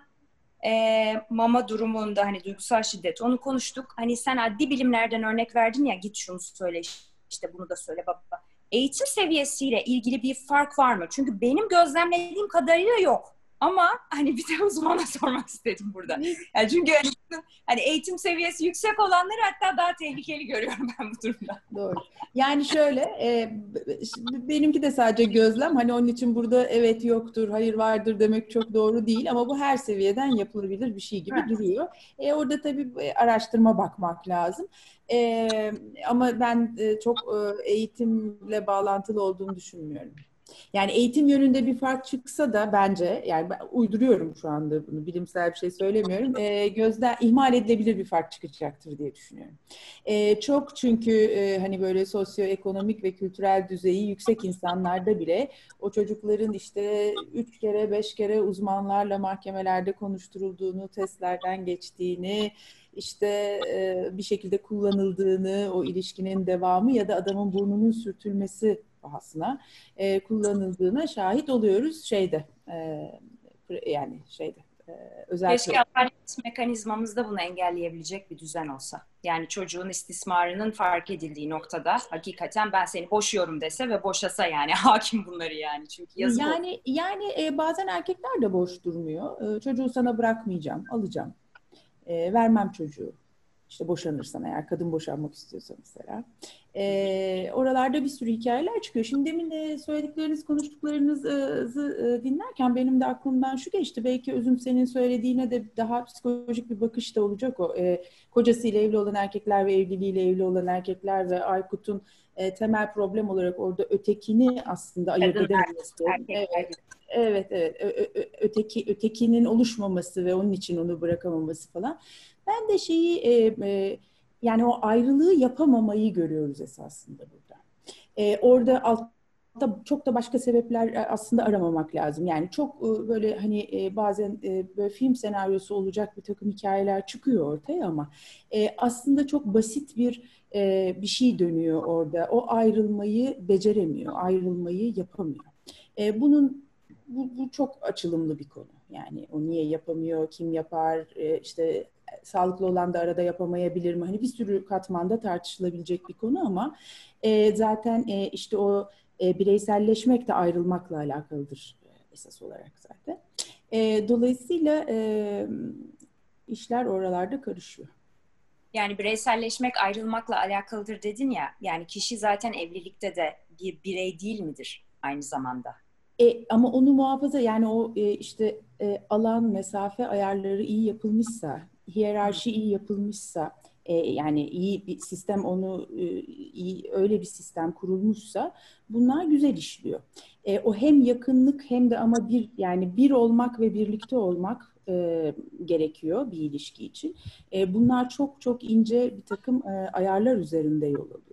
e, mama durumunda hani duygusal şiddet onu konuştuk. Hani sen adli bilimlerden örnek verdin ya, git şunu söyle işte bunu da söyle baba. Eğitim seviyesiyle ilgili bir fark var mı? Çünkü benim gözlemlediğim kadarıyla yok. Ama hani bir de uzmana sormak istedim burada. Yani çünkü hani eğitim seviyesi yüksek olanları hatta daha tehlikeli görüyorum ben bu durumda. Doğru. Yani şöyle, e, benimki de sadece gözlem. Hani onun için burada evet yoktur, hayır vardır demek çok doğru değil. Ama bu her seviyeden yapılabilir bir şey gibi evet. duruyor. E, orada tabii araştırma bakmak lazım. E, ama ben e, çok e, eğitimle bağlantılı olduğunu düşünmüyorum. Yani eğitim yönünde bir fark çıksa da bence, yani ben uyduruyorum şu anda bunu, bilimsel bir şey söylemiyorum, e, gözden ihmal edilebilir bir fark çıkacaktır diye düşünüyorum. E, çok çünkü e, hani böyle sosyoekonomik ve kültürel düzeyi yüksek insanlarda bile o çocukların işte üç kere beş kere uzmanlarla mahkemelerde konuşturulduğunu, testlerden geçtiğini, işte e, bir şekilde kullanıldığını, o ilişkinin devamı ya da adamın burnunun sürtülmesi pahasına e, kullanıldığına şahit oluyoruz şeyde e, yani şeyde e, özellikle. Keşke adalet mekanizmamızda bunu engelleyebilecek bir düzen olsa. Yani çocuğun istismarının fark edildiği noktada hakikaten ben seni boşuyorum dese ve boşasa yani hakim bunları yani. Çünkü yazık yani olur. yani e, bazen erkekler de boş durmuyor. E, çocuğu sana bırakmayacağım, alacağım. E, vermem çocuğu. İşte boşanırsan eğer, kadın boşanmak istiyorsa mesela. E, oralarda bir sürü hikayeler çıkıyor. Şimdi demin de söyledikleriniz, konuştuklarınızı dinlerken benim de aklımdan şu geçti. Belki Özüm senin söylediğine de daha psikolojik bir bakış da olacak o. E, kocasıyla evli olan erkekler ve evliliğiyle evli olan erkekler ve Aykut'un e, temel problem olarak orada ötekini aslında ayırt edememesi. Evet. Evet, evet. Ö- ö- öteki ötekinin oluşmaması ve onun için onu bırakamaması falan. Ben de şeyi e, e, yani o ayrılığı yapamamayı görüyoruz esasında burada. E, orada altta çok da başka sebepler aslında aramamak lazım. Yani çok e, böyle hani e, bazen e, böyle film senaryosu olacak bir takım hikayeler çıkıyor ortaya ama e, aslında çok basit bir e, bir şey dönüyor orada. O ayrılmayı beceremiyor, ayrılmayı yapamıyor. E, bunun Bu, bu çok açılımlı bir konu. Yani o niye yapamıyor, kim yapar, e, işte sağlıklı olan da arada yapamayabilir mi? Hani bir sürü katmanda tartışılabilecek bir konu ama e, zaten e, işte o e, bireyselleşmek de ayrılmakla alakalıdır e, esas olarak zaten. E, dolayısıyla e, işler oralarda karışıyor. Yani bireyselleşmek ayrılmakla alakalıdır dedin ya, yani kişi zaten evlilikte de bir birey değil midir aynı zamanda? E, ama onu muhafaza yani o e, işte e, alan, mesafe ayarları iyi yapılmışsa, hiyerarşi iyi yapılmışsa, e, yani iyi bir sistem onu e, iyi öyle bir sistem kurulmuşsa bunlar güzel işliyor. E, o hem yakınlık hem de ama bir yani bir olmak ve birlikte olmak e, gerekiyor bir ilişki için. E, bunlar çok çok ince bir takım e, ayarlar üzerinde yol alıyor.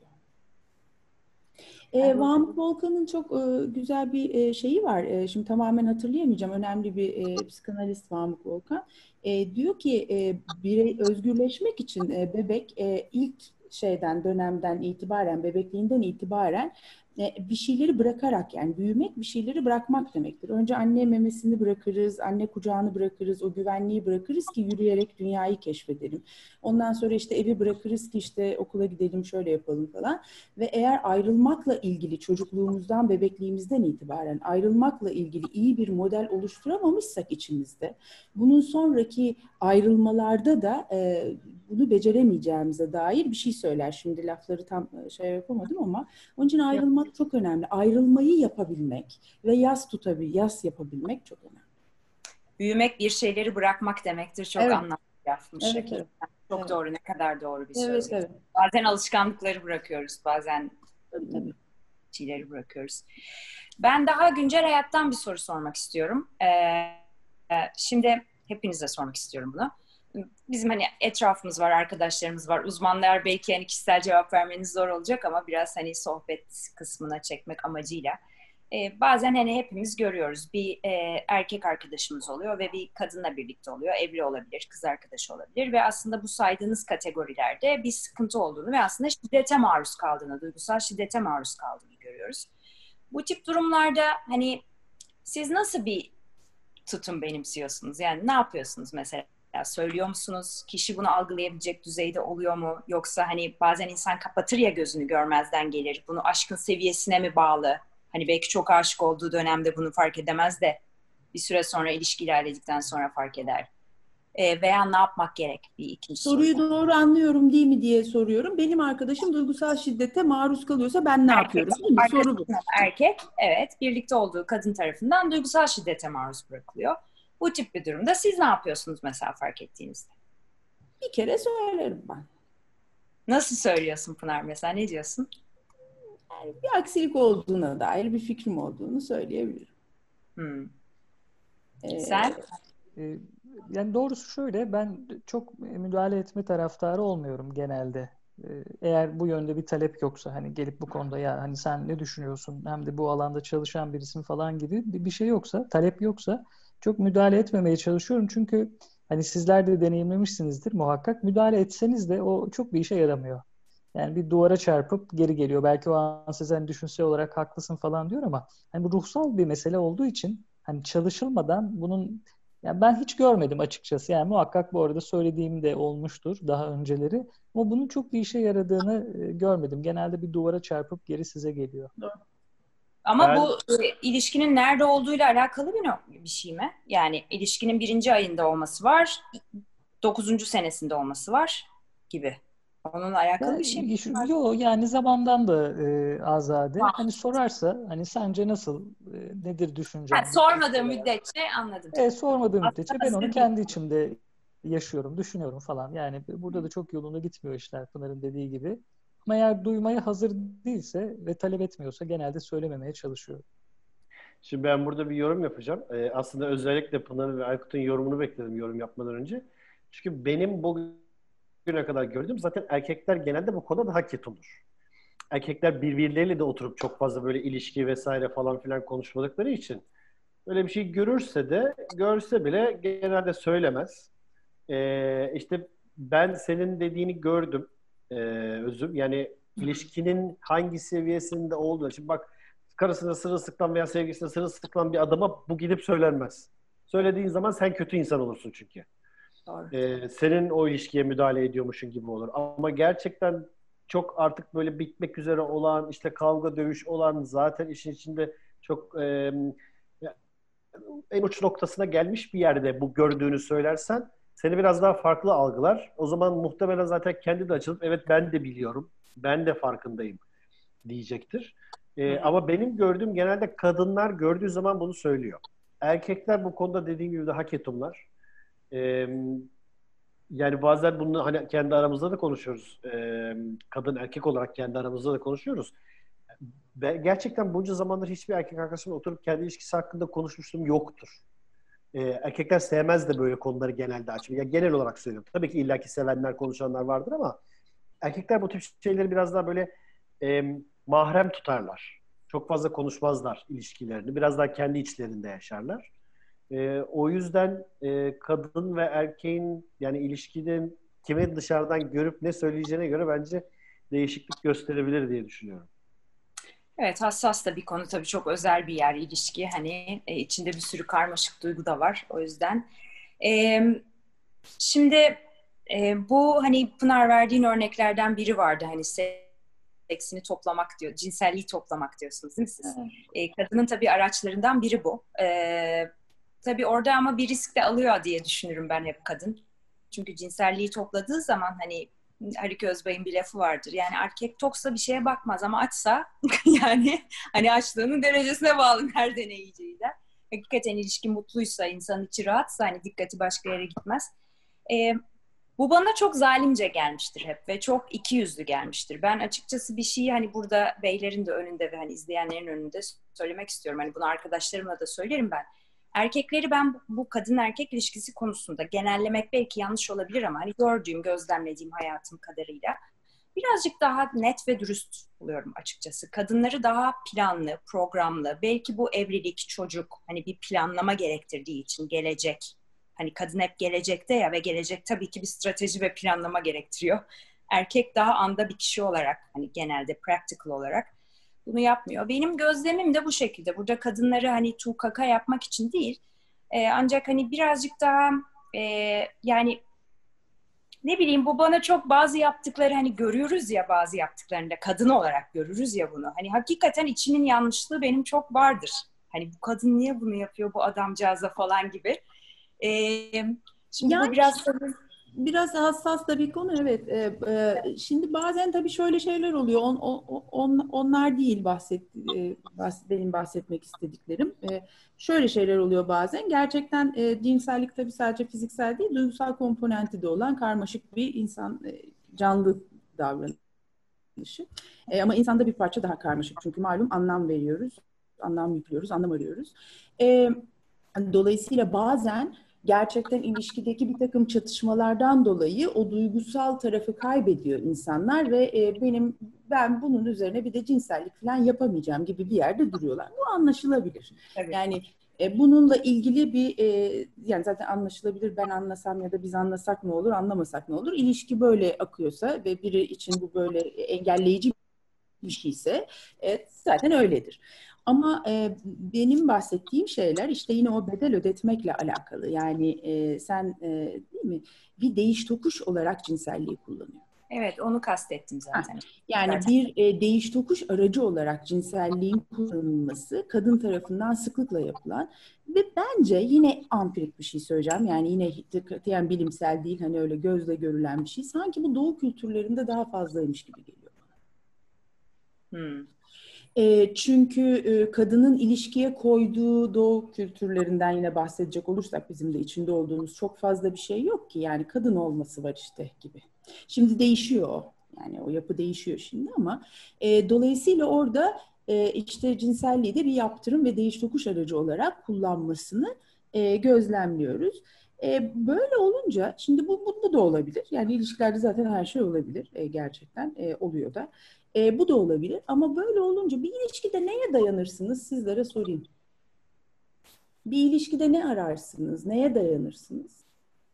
E, Vahap Volkan'ın çok e, güzel bir e, şeyi var. E, şimdi tamamen hatırlayamayacağım. Önemli bir e, psikanalist Vahap Volkan. E, diyor ki e, birey özgürleşmek için e, bebek e, ilk şeyden dönemden itibaren, bebekliğinden itibaren e, bir şeyleri bırakarak yani büyümek bir şeyleri bırakmak demektir. Önce anne memesini bırakırız, anne kucağını bırakırız, o güvenliği bırakırız ki yürüyerek dünyayı keşfedelim. Ondan sonra işte evi bırakırız ki işte okula gidelim, şöyle yapalım falan. Ve eğer ayrılmakla ilgili çocukluğumuzdan, bebekliğimizden itibaren ayrılmakla ilgili iyi bir model oluşturamamışsak içimizde, bunun sonraki ayrılmalarda da e, bunu beceremeyeceğimize dair bir şey söyler. Şimdi lafları tam şey yapamadım ama onun için ayrılmak çok önemli. Ayrılmayı yapabilmek ve yas tutabil, yas yapabilmek çok önemli. Büyümek bir şeyleri bırakmak demektir. Çok evet. Anlamlı yapmış. Evet, evet. Çok evet. doğru. Ne kadar doğru bir söz. Evet, evet. Bazen alışkanlıkları bırakıyoruz. Bazen tabii, tabii. şeyleri bırakıyoruz. Ben daha güncel hayattan bir soru sormak istiyorum. Ee, şimdi hepinize sormak istiyorum bunu. Bizim hani etrafımız var, arkadaşlarımız var, uzmanlar belki hani kişisel cevap vermeniz zor olacak ama biraz hani sohbet kısmına çekmek amacıyla. e, bazen hani hepimiz görüyoruz. Bir e, erkek arkadaşımız oluyor ve bir kadınla birlikte oluyor. Evli olabilir, kız arkadaşı olabilir ve aslında bu saydığınız kategorilerde bir sıkıntı olduğunu ve aslında şiddete maruz kaldığını, duygusal şiddete maruz kaldığını görüyoruz. Bu tip durumlarda hani siz nasıl bir tutum benimsiyorsunuz? Yani ne yapıyorsunuz mesela? Söylüyor musunuz? Kişi bunu algılayabilecek düzeyde oluyor mu? Yoksa hani bazen insan kapatır ya, gözünü görmezden gelir. Bunu aşkın seviyesine mi bağlı? Hani belki çok aşık olduğu dönemde bunu fark edemez de bir süre sonra, ilişki ilerledikten sonra fark eder. E, veya ne yapmak gerek? Bir ikinci Soruyu soru. doğru anlıyorum değil mi diye soruyorum. Benim arkadaşım duygusal şiddete maruz kalıyorsa ben ne Erkek, yapıyorum? Değil mi? Soru bu. Erkek, evet, birlikte olduğu kadın tarafından duygusal şiddete maruz bırakılıyor. Bu tip bir durumda siz ne yapıyorsunuz mesela fark ettiğinizde? Bir kere söylerim ben. Nasıl söylüyorsun Pınar mesela? Ne diyorsun? Yani bir aksilik olduğuna dair bir fikrim olduğunu söyleyebilirim. Hmm. Ee, Sen? Ee, Yani doğrusu şöyle, ben çok müdahale etme taraftarı olmuyorum genelde. Ee, Eğer bu yönde bir talep yoksa, hani gelip bu konuda ya hani sen ne düşünüyorsun, hem de bu alanda çalışan birisin falan gibi bir bir şey yoksa, talep yoksa çok müdahale etmemeye çalışıyorum. Çünkü hani sizler de deneyimlemişsinizdir muhakkak. Müdahale etseniz de o çok bir işe yaramıyor. Yani bir duvara çarpıp geri geliyor. Belki o an size hani düşünsel olarak haklısın falan diyor ama hani bu ruhsal bir mesele olduğu için hani çalışılmadan bunun, yani ben hiç görmedim açıkçası. Yani muhakkak bu arada söylediğim de olmuştur daha önceleri. Ama bunun çok bir işe yaradığını e, görmedim. Genelde bir duvara çarpıp geri size geliyor. Ama Ben bu e, ilişkinin nerede olduğuyla alakalı bir, no- bir şey mi? Yani ilişkinin birinci ayında olması var, dokuzuncu senesinde olması var gibi. Onunla alakalı bir şey mi? Yani, şu- yo, yani zamandan da e, azade. Var. Hani sorarsa hani sence nasıl, e, nedir Ha, düşüncen? sormadığım müddetçe anladım. E, sormadığım Aslında müddetçe ben onu hazır değil. kendi içimde yaşıyorum, düşünüyorum falan. Yani burada da çok yolunda gitmiyor işler, Pınar'ın dediği gibi. Ama eğer duymaya hazır değilse ve talep etmiyorsa genelde söylememeye çalışıyorum. Şimdi ben burada bir yorum yapacağım. Ee, aslında özellikle Pınar'ın ve Aykut'un yorumunu bekledim yorum yapmadan önce. Çünkü benim bugüne kadar gördüğüm, zaten erkekler genelde bu konuda daha ketumdur. Erkekler birbirleriyle de oturup çok fazla böyle ilişki vesaire falan filan konuşmadıkları için öyle bir şey görürse de, görse bile genelde söylemez. Ee, işte ben senin dediğini gördüm, ee, Özüm. Yani ilişkinin hangi seviyesinde olduğunu. Şimdi bak, karısına sırılsıklam veya sevgilisine sırılsıklam bir adama bu gidip söylenmez. Söylediğin zaman sen kötü insan olursun çünkü. Doğru. Ee, senin o ilişkiye müdahale ediyormuşsun gibi olur. Ama gerçekten çok artık böyle bitmek üzere olan, işte kavga dövüş olan, zaten işin içinde çok e, en uç noktasına gelmiş bir yerde bu gördüğünü söylersen seni biraz daha farklı algılar. O zaman muhtemelen zaten kendi de açılıp evet ben de biliyorum, ben de farkındayım diyecektir. Ee, ama benim gördüğüm, genelde kadınlar gördüğü zaman bunu söylüyor. Erkekler bu konuda dediğim gibi daha ketumlar. Ee, Yani bazen bunu hani kendi aramızda da konuşuyoruz. Ee, kadın erkek olarak kendi aramızda da konuşuyoruz. Ben gerçekten bunca zamandır hiçbir erkek arkadaşımla oturup kendi ilişkisi hakkında konuşmuşluğum yoktur. Ee, erkekler sevmez de böyle konuları genelde açmayı. Ya genel olarak söylüyorum. Tabii ki illaki sevenler, konuşanlar vardır ama erkekler bu tip şeyleri biraz daha böyle e, mahrem tutarlar. Çok fazla konuşmazlar ilişkilerini. Biraz daha kendi içlerinde yaşarlar. E, o yüzden e, kadın ve erkeğin, yani ilişkinin kimi dışarıdan görüp ne söyleyeceğine göre bence değişiklik gösterebilir diye düşünüyorum. Evet, hassas da bir konu tabii, çok özel bir yer ilişki. Hani e, içinde bir sürü karmaşık duygu da var o yüzden. E, şimdi e, bu hani Pınar verdiğin örneklerden biri vardı. Hani seksini toplamak diyor, cinselliği toplamak diyorsunuz değil mi siz? E, kadının tabii araçlarından biri bu. E, tabii orada ama bir risk de alıyor diye düşünürüm ben hep kadın. Çünkü cinselliği topladığı zaman hani Haluk Özbay'ın bir lafı vardır. Yani erkek toksa bir şeye bakmaz ama açsa yani hani açlığının derecesine bağlı nerede ne yiyeceği de. Hakikaten ilişki mutluysa, insanın içi rahatsa hani dikkati başka yere gitmez. Ee, bu bana çok zalimce gelmiştir hep ve çok ikiyüzlü gelmiştir. Ben açıkçası bir şeyi hani burada beylerin de önünde ve hani izleyenlerin önünde söylemek istiyorum. Hani bunu arkadaşlarımla da söylerim ben. Erkekleri ben bu kadın erkek ilişkisi konusunda genellemek belki yanlış olabilir ama hani gördüğüm, gözlemlediğim hayatım kadarıyla birazcık daha net ve dürüst buluyorum açıkçası. Kadınları daha planlı, programlı, belki bu evlilik, çocuk, hani bir planlama gerektirdiği için gelecek. Hani kadın hep gelecekte ya ve gelecek tabii ki bir strateji ve planlama gerektiriyor. Erkek daha anda bir kişi olarak, hani genelde practical olarak bunu yapmıyor. Benim gözlemim de bu şekilde. Burada kadınları hani tukaka yapmak için değil, e, ancak hani birazcık daha e, yani ne bileyim, bu bana çok bazı yaptıkları, hani görüyoruz ya bazı yaptıklarında, kadın olarak görürüz ya bunu. Hani hakikaten içinin yanlışlığı benim çok vardır. Hani bu kadın niye bunu yapıyor bu adamcağıza falan gibi. Ee, şimdi Yani bu biraz tabii... Biraz hassas da bir konu, evet. Ee, e, şimdi bazen tabii şöyle şeyler oluyor. On, on, on- onlar değil bahset, e, bahs- benim bahsetmek istediklerim. E, şöyle şeyler oluyor bazen. Gerçekten e, cinsellik tabii sadece fiziksel değil, duygusal komponenti de olan karmaşık bir insan e, canlı davranışı. E, ama insanda bir parça daha karmaşık. Çünkü malum anlam veriyoruz, anlam yüklüyoruz, anlam arıyoruz. E, dolayısıyla bazen gerçekten ilişkideki bir takım çatışmalardan dolayı o duygusal tarafı kaybediyor insanlar ve e, benim ben bunun üzerine bir de cinsellik falan yapamayacağım gibi bir yerde duruyorlar. Bu anlaşılabilir. Evet. Yani e, bununla ilgili bir e, yani zaten anlaşılabilir, ben anlasam ya da biz anlasak ne olur, anlamasak ne olur. İlişki böyle akıyorsa ve biri için bu böyle engelleyici bir şeyse e, zaten öyledir. Ama e, benim bahsettiğim şeyler işte yine o bedel ödetmekle alakalı. Yani e, sen e, değil mi bir değiş tokuş olarak cinselliği kullanıyor. Evet, onu kastettim Ha, zaten. yani zaten. bir e, değiş tokuş aracı olarak cinselliğin kullanılması kadın tarafından sıklıkla yapılan ve bence yine ampirik bir şey söyleyeceğim. Yani yine yani bilimsel değil, hani öyle gözle görülen bir şey. Sanki bu doğu kültürlerinde daha fazlaymış gibi geliyor. Hmm. E, çünkü e, kadının ilişkiye koyduğu doğu kültürlerinden yine bahsedecek olursak bizim de içinde olduğumuz çok fazla bir şey yok ki. Yani kadın olması var işte gibi. Şimdi değişiyor o. Yani o yapı değişiyor şimdi ama e, dolayısıyla orada e, işte cinselliği de bir yaptırım ve değiş tokuş aracı olarak kullanmasını e, gözlemliyoruz. E, böyle olunca şimdi bu bunda da olabilir. Yani ilişkilerde zaten her şey olabilir. E, gerçekten e, oluyor da. E, bu da olabilir ama böyle olunca bir ilişkide neye dayanırsınız sizlere sorayım. Bir ilişkide ne ararsınız? Neye dayanırsınız?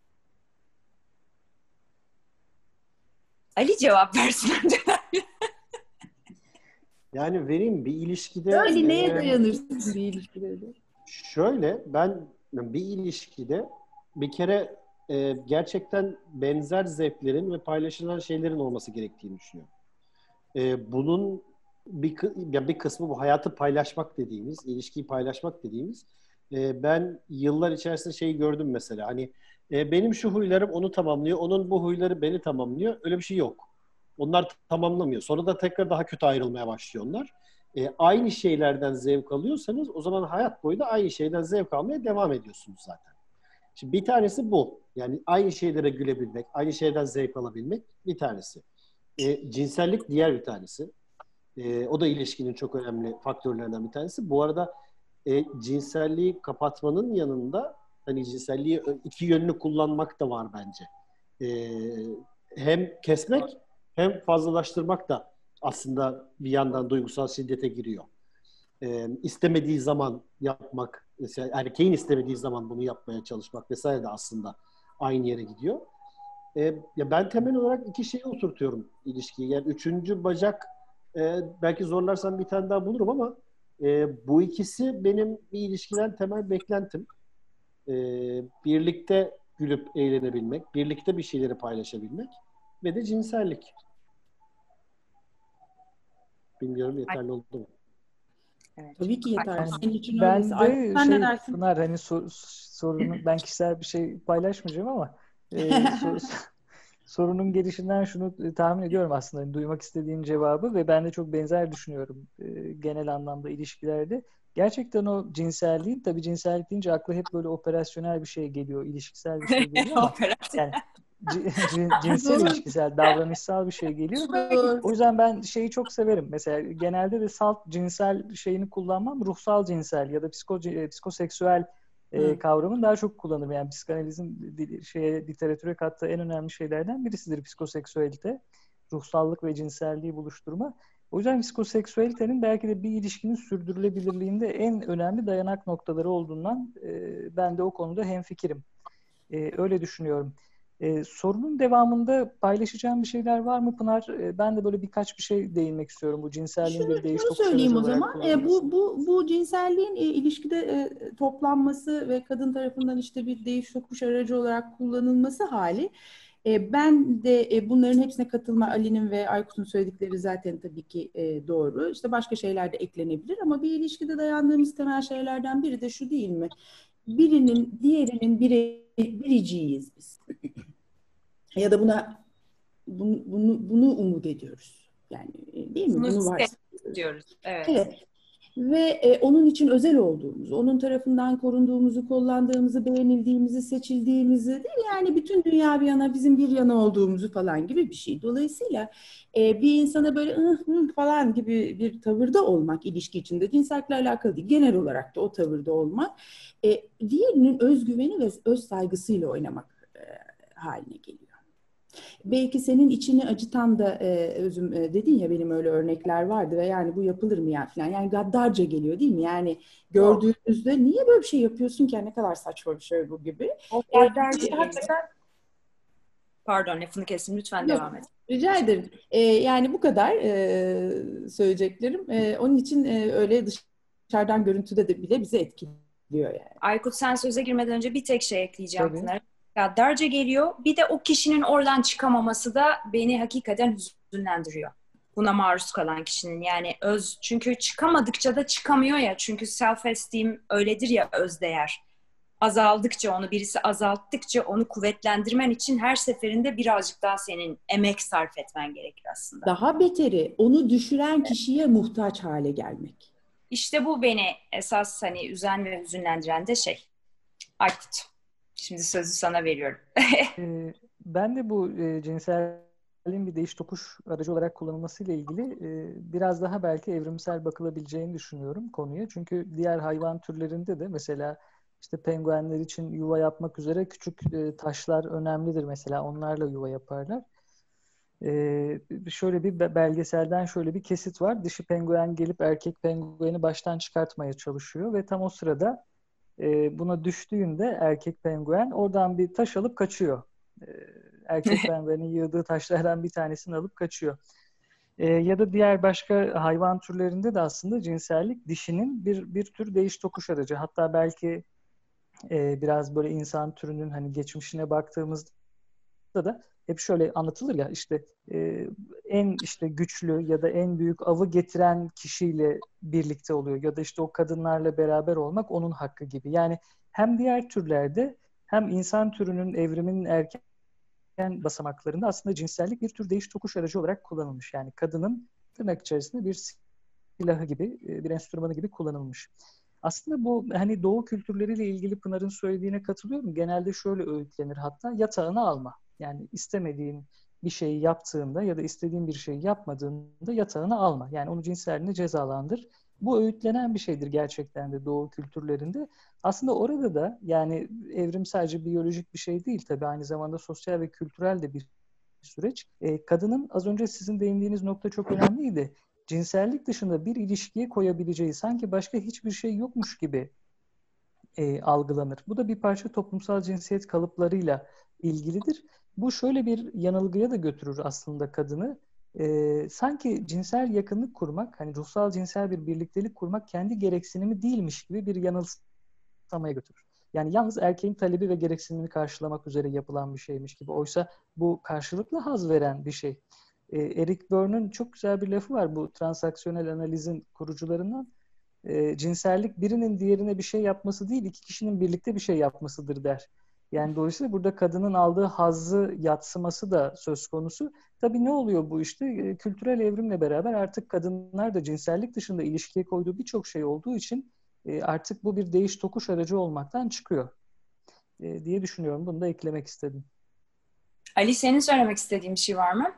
Ali cevap versin önce. Yani vereyim bir ilişkide Ali neye e, dayanırsın bir ilişkide de? şöyle ben bir ilişkide bir kere e, gerçekten benzer zevklerin ve paylaşılan şeylerin olması gerektiğini düşünüyorum. E, bunun bir, ya bir kısmı bu hayatı paylaşmak dediğimiz, ilişkiyi paylaşmak dediğimiz. E, ben yıllar içerisinde şeyi gördüm mesela. Hani e, benim şu huylarım onu tamamlıyor, onun bu huyları beni tamamlıyor. Öyle bir şey yok. Onlar tamamlamıyor. Sonra da tekrar daha kötü ayrılmaya başlıyorlar. E, aynı şeylerden zevk alıyorsanız o zaman hayat boyu da aynı şeyden zevk almaya devam ediyorsunuz zaten. Şimdi bir tanesi bu. Yani aynı şeylere gülebilmek, aynı şeyden zevk alabilmek bir tanesi. E, cinsellik diğer bir tanesi. E, o da ilişkinin çok önemli faktörlerinden bir tanesi. Bu arada e, cinselliği kapatmanın yanında hani cinselliği iki yönlü kullanmak da var bence. E, hem kesmek hem fazlalaştırmak da aslında bir yandan duygusal şiddete giriyor. E, istemediği zaman yapmak, mesela erkeğin istemediği zaman bunu yapmaya çalışmak vesaire de aslında aynı yere gidiyor. E, ya ben temel olarak iki şeyi oturtuyorum ilişkiyi. Yani üçüncü bacak e, belki zorlarsam bir tane daha bulurum ama e, bu ikisi benim bir ilişkiden temel beklentim. E, birlikte gülüp eğlenebilmek, birlikte bir şeyleri paylaşabilmek ve de cinsellik. Bilmiyorum yeterli oldu mu? Evet. Tabii ki yeterli. Yani Senin için öyleyse. ben Aykut, de sen ne şey dersin? Pınar hani sor- sorunu ben kişisel bir şey paylaşmayacağım ama e, sor- sorunun gelişinden şunu tahmin ediyorum aslında hani duymak istediğin cevabı ve ben de çok benzer düşünüyorum e, genel anlamda ilişkilerde. Gerçekten o cinselliğin tabii cinsellik deyince akla hep böyle operasyonel bir şey geliyor, ilişkisel bir şey geliyor ama Operasyon. yani c- c- cinsel Doğru. ilişkisel, davranışsal bir şey geliyor. Doğru. O yüzden ben şeyi çok severim. Mesela genelde de salt cinsel şeyini kullanmam. Ruhsal cinsel ya da psiko, psikoseksüel e, kavramını daha çok kullanırım. Yani psikanalizin şeye, literatüre kattığı en önemli şeylerden birisidir psikoseksüelite. ruhsallık ve cinselliği buluşturma. O yüzden psikoseksüelitenin belki de bir ilişkinin sürdürülebilirliğinde en önemli dayanak noktaları olduğundan e, ben de o konuda hemfikirim. E, öyle düşünüyorum. E, sorunun devamında paylaşacağım bir şeyler var mı Pınar? E, ben de böyle birkaç bir şey değinmek istiyorum bu cinselliğin Şunu, bir değiş şunu tokuş söyleyeyim aracı o olarak zaman. E, kullanılması. bu bu bu cinselliğin e, ilişkide e, toplanması ve kadın tarafından işte bir değiş tokuş aracı olarak kullanılması hali. E, ben de e, bunların hepsine katılma, Ali'nin ve Aykut'un söyledikleri zaten tabii ki e, doğru. İşte başka şeyler de eklenebilir ama bir ilişkide dayandığımız temel şeylerden biri de şu değil mi? Birinin, diğerinin biri, biriciyiz biz. Ya da buna bunu, bunu, bunu umut ediyoruz. Yani e, değil mi? Bunu Bunu varsayıyoruz. istiyoruz. Evet. Evet. Ve e, onun için özel olduğumuzu, onun tarafından korunduğumuzu, kollandığımızı, beğenildiğimizi, seçildiğimizi, değil mi? Yani bütün dünya bir yana, bizim bir yana olduğumuzu falan gibi bir şey. Dolayısıyla e, bir insana böyle ıh, ıh falan gibi bir tavırda olmak ilişki içinde, cinsellikle alakalı değil, genel olarak da o tavırda olmak, e, diğerinin özgüveni ve öz saygısıyla oynamak e, haline geliyor. Belki senin içini acıtan da e, özüm e, dedin ya, benim öyle örnekler vardı ve yani bu yapılır mı ya falan. Yani gaddarca geliyor değil mi? Yani gördüğünüzde niye böyle bir şey yapıyorsun ki? Yani ne kadar saçma bir şey bu gibi. O E, gaddarca geliyor. hakikaten Pardon, lafını kestim. Lütfen yok. devam et. Rica ederim. E, yani bu kadar e, söyleyeceklerim. E, onun için e, öyle dışarıdan görüntüde de bile bizi etkiliyor yani. Aykut, sen söze girmeden önce bir tek şey ekleyeceğim Tabii. Pınar. Gaddarca geliyor. Bir de o kişinin oradan çıkamaması da beni hakikaten hüzünlendiriyor. Buna maruz kalan kişinin yani öz. Çünkü çıkamadıkça da çıkamıyor ya. Çünkü self-esteem öyledir ya, özdeğer. Azaldıkça, onu birisi azalttıkça onu kuvvetlendirmen için her seferinde birazcık daha senin emek sarf etmen gerekir aslında. Daha beteri, onu düşüren kişiye muhtaç hale gelmek. İşte bu beni esas hani üzen ve hüzünlendiren de şey. Aykut, şimdi sözü sana veriyorum. E, ben de bu e, cinselliğin bir değiş tokuş aracı olarak kullanılmasıyla ilgili e, biraz daha belki evrimsel bakılabileceğini düşünüyorum konuya. Çünkü diğer hayvan türlerinde de mesela işte penguenler için yuva yapmak üzere küçük e, taşlar önemlidir mesela. Onlarla yuva yaparlar. E, şöyle bir be- belgeselden şöyle bir kesit var. Dişi penguen gelip erkek pengueni baştan çıkartmaya çalışıyor ve tam o sırada e, buna düştüğünde erkek penguen oradan bir taş alıp kaçıyor. E, erkek penguenin yığdığı taşlardan bir tanesini alıp kaçıyor. E, ya da diğer başka hayvan türlerinde de aslında cinsellik dişinin bir bir tür değiş tokuş aracı. Hatta belki e, biraz böyle insan türünün hani geçmişine baktığımızda da hep şöyle anlatılır ya, işte e, en işte güçlü ya da en büyük avı getiren kişiyle birlikte oluyor ya da işte o kadınlarla beraber olmak onun hakkı gibi. Yani hem diğer türlerde hem insan türünün evriminin erken basamaklarında aslında cinsellik bir tür değiş tokuş aracı olarak kullanılmış. Yani kadının tırnak içerisinde bir silahı gibi, bir enstrümanı gibi kullanılmış. Aslında bu hani doğu kültürleriyle ilgili Pınar'ın söylediğine katılıyorum. Genelde şöyle öğütlenir hatta: yatağını alma. Yani istemediğin bir şeyi yaptığında ya da istediğin bir şeyi yapmadığında yatağını alma. Yani onu cinselliğine cezalandır. Bu öğütlenen bir şeydir gerçekten de doğu kültürlerinde. Aslında orada da yani evrim sadece biyolojik bir şey değil tabii, aynı zamanda sosyal ve kültürel de bir süreç. E, kadının az önce sizin değindiğiniz nokta çok önemliydi. Cinsellik dışında bir ilişkiye koyabileceği sanki başka hiçbir şey yokmuş gibi e, algılanır. Bu da bir parça toplumsal cinsiyet kalıplarıyla ilgilidir. Bu şöyle bir yanılgıya da götürür aslında kadını. E, sanki cinsel yakınlık kurmak, hani ruhsal cinsel bir birliktelik kurmak kendi gereksinimi değilmiş gibi bir yanılsamaya götürür. Yani yalnız erkeğin talebi ve gereksinimini karşılamak üzere yapılan bir şeymiş gibi. Oysa bu karşılıklı haz veren bir şey. E, Eric Berne'ın çok güzel bir lafı var, bu transaksiyonel analizin kurucularından. E, cinsellik birinin diğerine bir şey yapması değil, iki kişinin birlikte bir şey yapmasıdır der. Yani dolayısıyla burada kadının aldığı hazzı yadsıması da söz konusu. Tabii ne oluyor bu işte? E, kültürel evrimle beraber artık kadınlar da cinsellik dışında ilişkiye koyduğu birçok şey olduğu için e, artık bu bir değiş tokuş aracı olmaktan çıkıyor e, diye düşünüyorum. Bunu da eklemek istedim. Ali, senin söylemek istediğin bir şey var mı?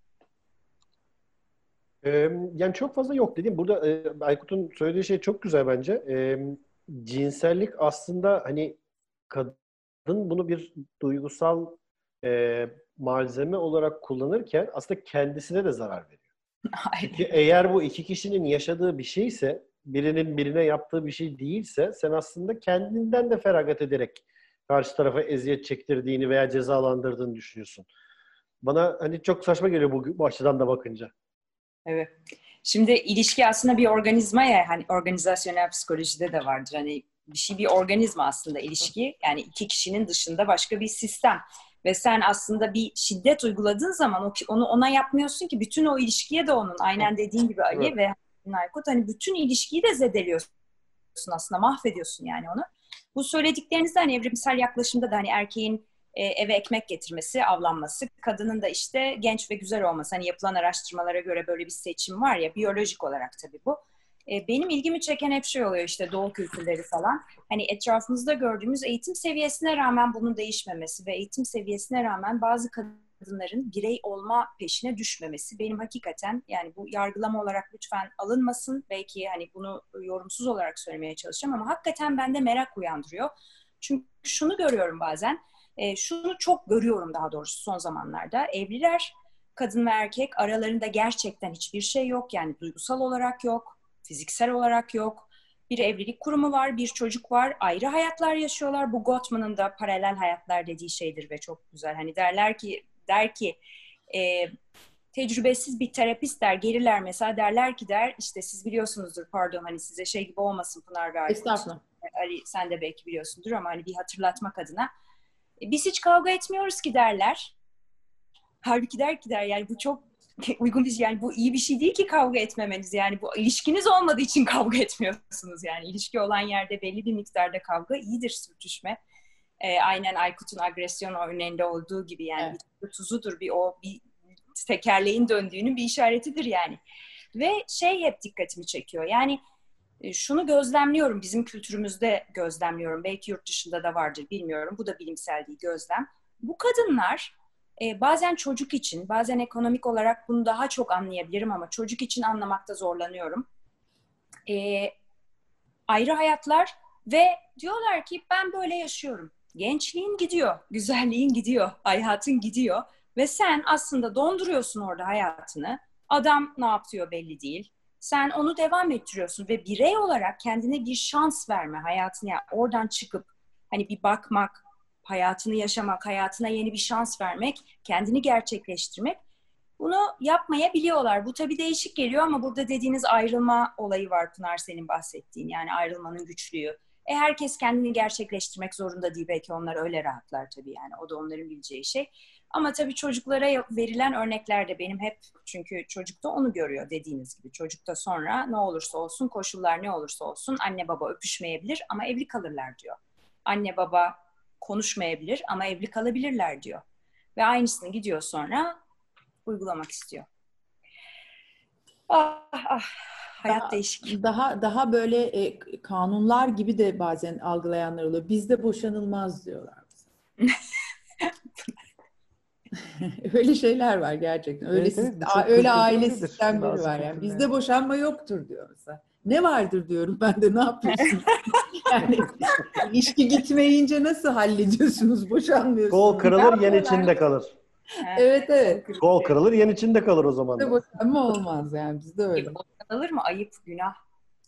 Ee, yani çok fazla yok dedim. Burada e, Aykut'un söylediği şey çok güzel bence. Ee, cinsellik aslında hani kadın bunu bir duygusal e, malzeme olarak kullanırken aslında kendisine de zarar veriyor. Aynen. Çünkü eğer bu iki kişinin yaşadığı bir şeyse, birinin birine yaptığı bir şey değilse, sen aslında kendinden de feragat ederek karşı tarafa eziyet çektirdiğini veya cezalandırdığını düşünüyorsun. Bana hani çok saçma geliyor bu, bu açıdan da bakınca. Evet. Şimdi ilişki aslında bir organizma ya, hani organizasyonel psikolojide de vardır. Hani bir şey bir organizma aslında ilişki. Yani iki kişinin dışında başka bir sistem. Ve sen aslında bir şiddet uyguladığın zaman onu ona yapmıyorsun ki, bütün o ilişkiye de onun, aynen dediğin gibi Ali evet. ve Aykut, hani bütün ilişkiyi de zedeliyorsun aslında, mahvediyorsun yani onu. Bu söylediklerinizde hani evrimsel yaklaşımda da hani erkeğin e, eve ekmek getirmesi, avlanması, kadının da işte genç ve güzel olması. Hani yapılan araştırmalara göre böyle bir seçim var ya, biyolojik olarak tabii bu. E, benim ilgimi çeken hep şey oluyor, işte doğu kültürleri falan. Hani etrafımızda gördüğümüz, eğitim seviyesine rağmen bunun değişmemesi ve eğitim seviyesine rağmen bazı kadınların birey olma peşine düşmemesi benim hakikaten, yani bu yargılama olarak lütfen alınmasın. Belki hani bunu yorumsuz olarak söylemeye çalışacağım ama hakikaten bende merak uyandırıyor. Çünkü şunu görüyorum bazen, e, şunu çok görüyorum daha doğrusu son zamanlarda. Evliler, kadın ve erkek, aralarında gerçekten hiçbir şey yok. Yani duygusal olarak yok, fiziksel olarak yok. Bir evlilik kurumu var, bir çocuk var, ayrı hayatlar yaşıyorlar. Bu Gottman'ın da paralel hayatlar dediği şeydir ve çok güzel. Hani derler ki, der ki e, tecrübesiz bir terapist der, gelirler mesela, derler ki der, işte siz biliyorsunuzdur, pardon hani size şey gibi olmasın Pınar ve Aykut. Estağfurullah. Ali sen de belki biliyorsundur ama hani bir hatırlatmak adına. E, biz hiç kavga etmiyoruz ki derler. Halbuki der ki der, yani bu çok uygun bir şey, yani bu iyi bir şey değil ki kavga etmemeniz, yani bu ilişkiniz olmadığı için kavga etmiyorsunuz, yani ilişki olan yerde belli bir miktarda kavga iyidir, sürtüşme. Ee, aynen Aykut'un agresyon örneğinde olduğu gibi, yani evet. Bir tuzudur, bir o bir tekerleğin döndüğünün bir işaretidir yani. Ve şey hep dikkatimi çekiyor, yani şunu gözlemliyorum, bizim kültürümüzde gözlemliyorum, belki yurt dışında da vardır bilmiyorum, bu da bilimsel değil, gözlem. Bu kadınlar e, bazen çocuk için, bazen ekonomik olarak bunu daha çok anlayabilirim ama çocuk için anlamakta zorlanıyorum. E, ayrı hayatlar ve diyorlar ki ben böyle yaşıyorum. Gençliğin gidiyor, güzelliğin gidiyor, hayatın gidiyor ve sen aslında donduruyorsun orada hayatını. Adam ne yapıyor belli değil. Sen onu devam ettiriyorsun ve birey olarak kendine bir şans verme, hayatını, yani oradan çıkıp hani bir bakmak, hayatını yaşamak, hayatına yeni bir şans vermek, kendini gerçekleştirmek, bunu yapmayabiliyorlar. Bu tabii değişik geliyor ama burada dediğiniz ayrılma olayı var Pınar, senin bahsettiğin, yani ayrılmanın güçlüğü. E herkes kendini gerçekleştirmek zorunda değil, belki onlar öyle rahatlar tabii, yani o da onların bileceği şey. Ama tabii çocuklara verilen örnekler de benim hep, çünkü çocuk da onu görüyor dediğiniz gibi. Çocuk da sonra ne olursa olsun, koşullar ne olursa olsun, anne baba öpüşmeyebilir ama evli kalırlar diyor. Anne baba konuşmayabilir ama evli kalabilirler diyor. Ve aynısını gidiyor sonra uygulamak istiyor. Ah ah, hayat daha, değişik. Daha daha böyle e, kanunlar gibi de bazen algılayanlar oluyor. Bizde boşanılmaz diyorlar. Öyle şeyler var gerçekten. Öyle Evet, sistem, evet, öyle aile öyledir, sistemleri var yani. Bizde boşanma yoktur diyor mesela. Ne vardır diyorum ben de, ne yapıyorsun? Yani ilişki gitmeyince nasıl hallediyorsunuz, boşanmıyorsunuz? Kol kırılır, yen içinde kalır. Evet evet. Kol kırılır, yen içinde kalır o zaman da. Bizde boşanma olmaz yani, bizde öyle. Boşanılır mı? Ayıp, günah.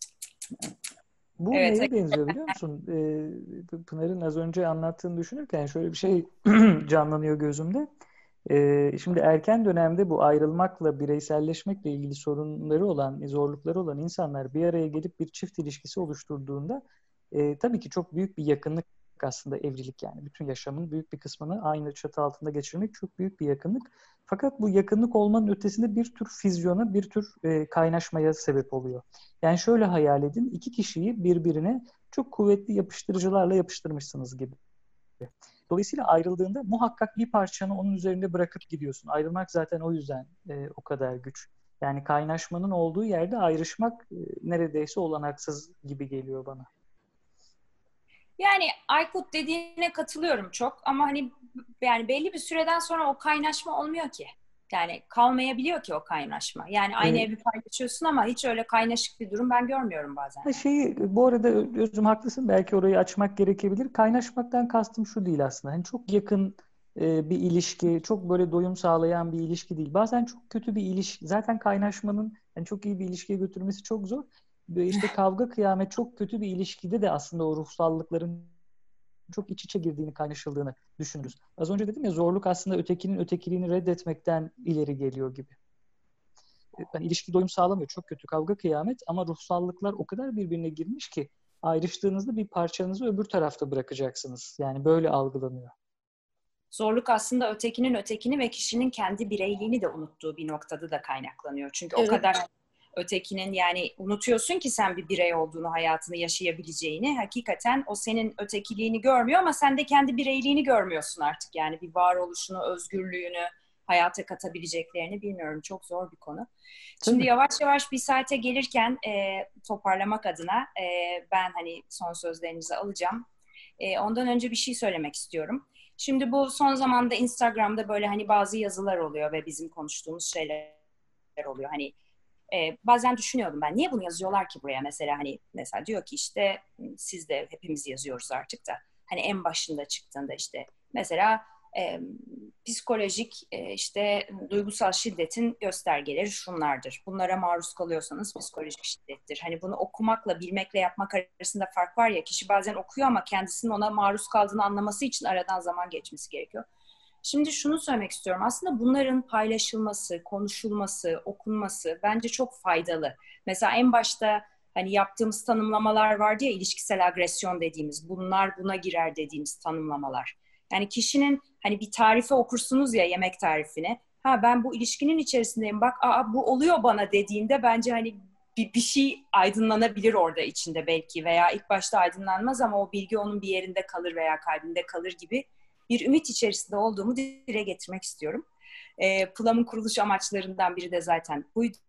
Bu evet, neye benziyor biliyor musun? Ee, Pınar'ın az önce anlattığını düşünürken şöyle bir şey canlanıyor gözümde. Ee, şimdi erken dönemde bu ayrılmakla, bireyselleşmekle ilgili sorunları olan, zorlukları olan insanlar bir araya gelip bir çift ilişkisi oluşturduğunda e, tabii ki çok büyük bir yakınlık aslında evlilik, yani. Bütün yaşamın büyük bir kısmını aynı çatı altında geçirmek çok büyük bir yakınlık. Fakat bu yakınlık olmanın ötesinde bir tür füzyona, bir tür e, kaynaşmaya sebep oluyor. Yani şöyle hayal edin, iki kişiyi birbirine çok kuvvetli yapıştırıcılarla yapıştırmışsınız gibi. Dolayısıyla ayrıldığında muhakkak bir parçanı onun üzerinde bırakıp gidiyorsun. Ayrılmak zaten o yüzden e, o kadar güç. Yani kaynaşmanın olduğu yerde ayrışmak e, neredeyse olanaksız gibi geliyor bana. Yani Aykut, dediğine katılıyorum çok ama hani yani belli bir süreden sonra o kaynaşma olmuyor ki. Yani kalmayabiliyor ki o kaynaşma. Yani aynı Evet. evi paylaşıyorsun ama hiç öyle kaynaşık bir durum ben görmüyorum bazen. Ha şeyi, bu arada Özüm haklısın, belki orayı açmak gerekebilir. Kaynaşmaktan kastım şu değil aslında. Hani çok yakın e, bir ilişki, çok böyle doyum sağlayan bir ilişki değil. Bazen çok kötü bir ilişki, zaten kaynaşmanın yani çok iyi bir ilişkiye götürmesi çok zor. Böyle işte kavga kıyamet çok kötü bir ilişkide de aslında o ruhsallıkların çok iç içe girdiğini, kaynaşıldığını düşünürüz. Az önce dedim ya, zorluk aslında ötekinin ötekiliğini reddetmekten ileri geliyor gibi. Yani ilişki doyum sağlamıyor. Çok kötü kavga kıyamet ama ruhsallıklar o kadar birbirine girmiş ki ayrıştığınızda bir parçanızı öbür tarafta bırakacaksınız. Yani böyle algılanıyor. Zorluk aslında ötekinin ötekini ve kişinin kendi bireyliğini de unuttuğu bir noktada da kaynaklanıyor. Çünkü Evet. o kadar ötekinin, yani unutuyorsun ki sen bir birey olduğunu, hayatını yaşayabileceğini. Hakikaten o senin ötekiliğini görmüyor ama sen de kendi bireyliğini görmüyorsun artık. Yani bir varoluşunu, özgürlüğünü, hayata katabileceklerini bilmiyorum. Çok zor bir konu. Şimdi Tabii. yavaş yavaş bir saate gelirken e, toparlamak adına e, ben hani son sözlerinizi alacağım. E, ondan önce bir şey söylemek istiyorum. Şimdi bu son zamanda Instagram'da böyle hani bazı yazılar oluyor ve bizim konuştuğumuz şeyler oluyor. Hani e, bazen düşünüyordum ben, niye bunu yazıyorlar ki buraya? Mesela hani mesela diyor ki işte siz de, hepimiz yazıyoruz artık da. Hani en başında çıktığında işte mesela e, psikolojik e, işte duygusal şiddetin göstergeleri şunlardır. Bunlara maruz kalıyorsanız psikolojik şiddettir. Hani bunu okumakla, bilmekle yapmak arasında fark var ya, kişi bazen okuyor ama kendisinin ona maruz kaldığını anlaması için aradan zaman geçmesi gerekiyor. Şimdi şunu söylemek istiyorum. Aslında bunların paylaşılması, konuşulması, okunması bence çok faydalı. Mesela en başta hani yaptığımız tanımlamalar vardı ya, ilişkisel agresyon dediğimiz, bunlar buna girer dediğimiz tanımlamalar. Yani kişinin hani bir tarife okursunuz ya, yemek tarifini. Ha, ben bu ilişkinin içerisindeyim, bak aa, bu oluyor bana dediğinde bence hani bir, bir şey aydınlanabilir orada içinde belki, veya ilk başta aydınlanmaz ama o bilgi onun bir yerinde kalır veya kalbinde kalır gibi bir ümit içerisinde olduğumu dile getirmek istiyorum. E, Plum'un kuruluş amaçlarından biri de zaten buydu.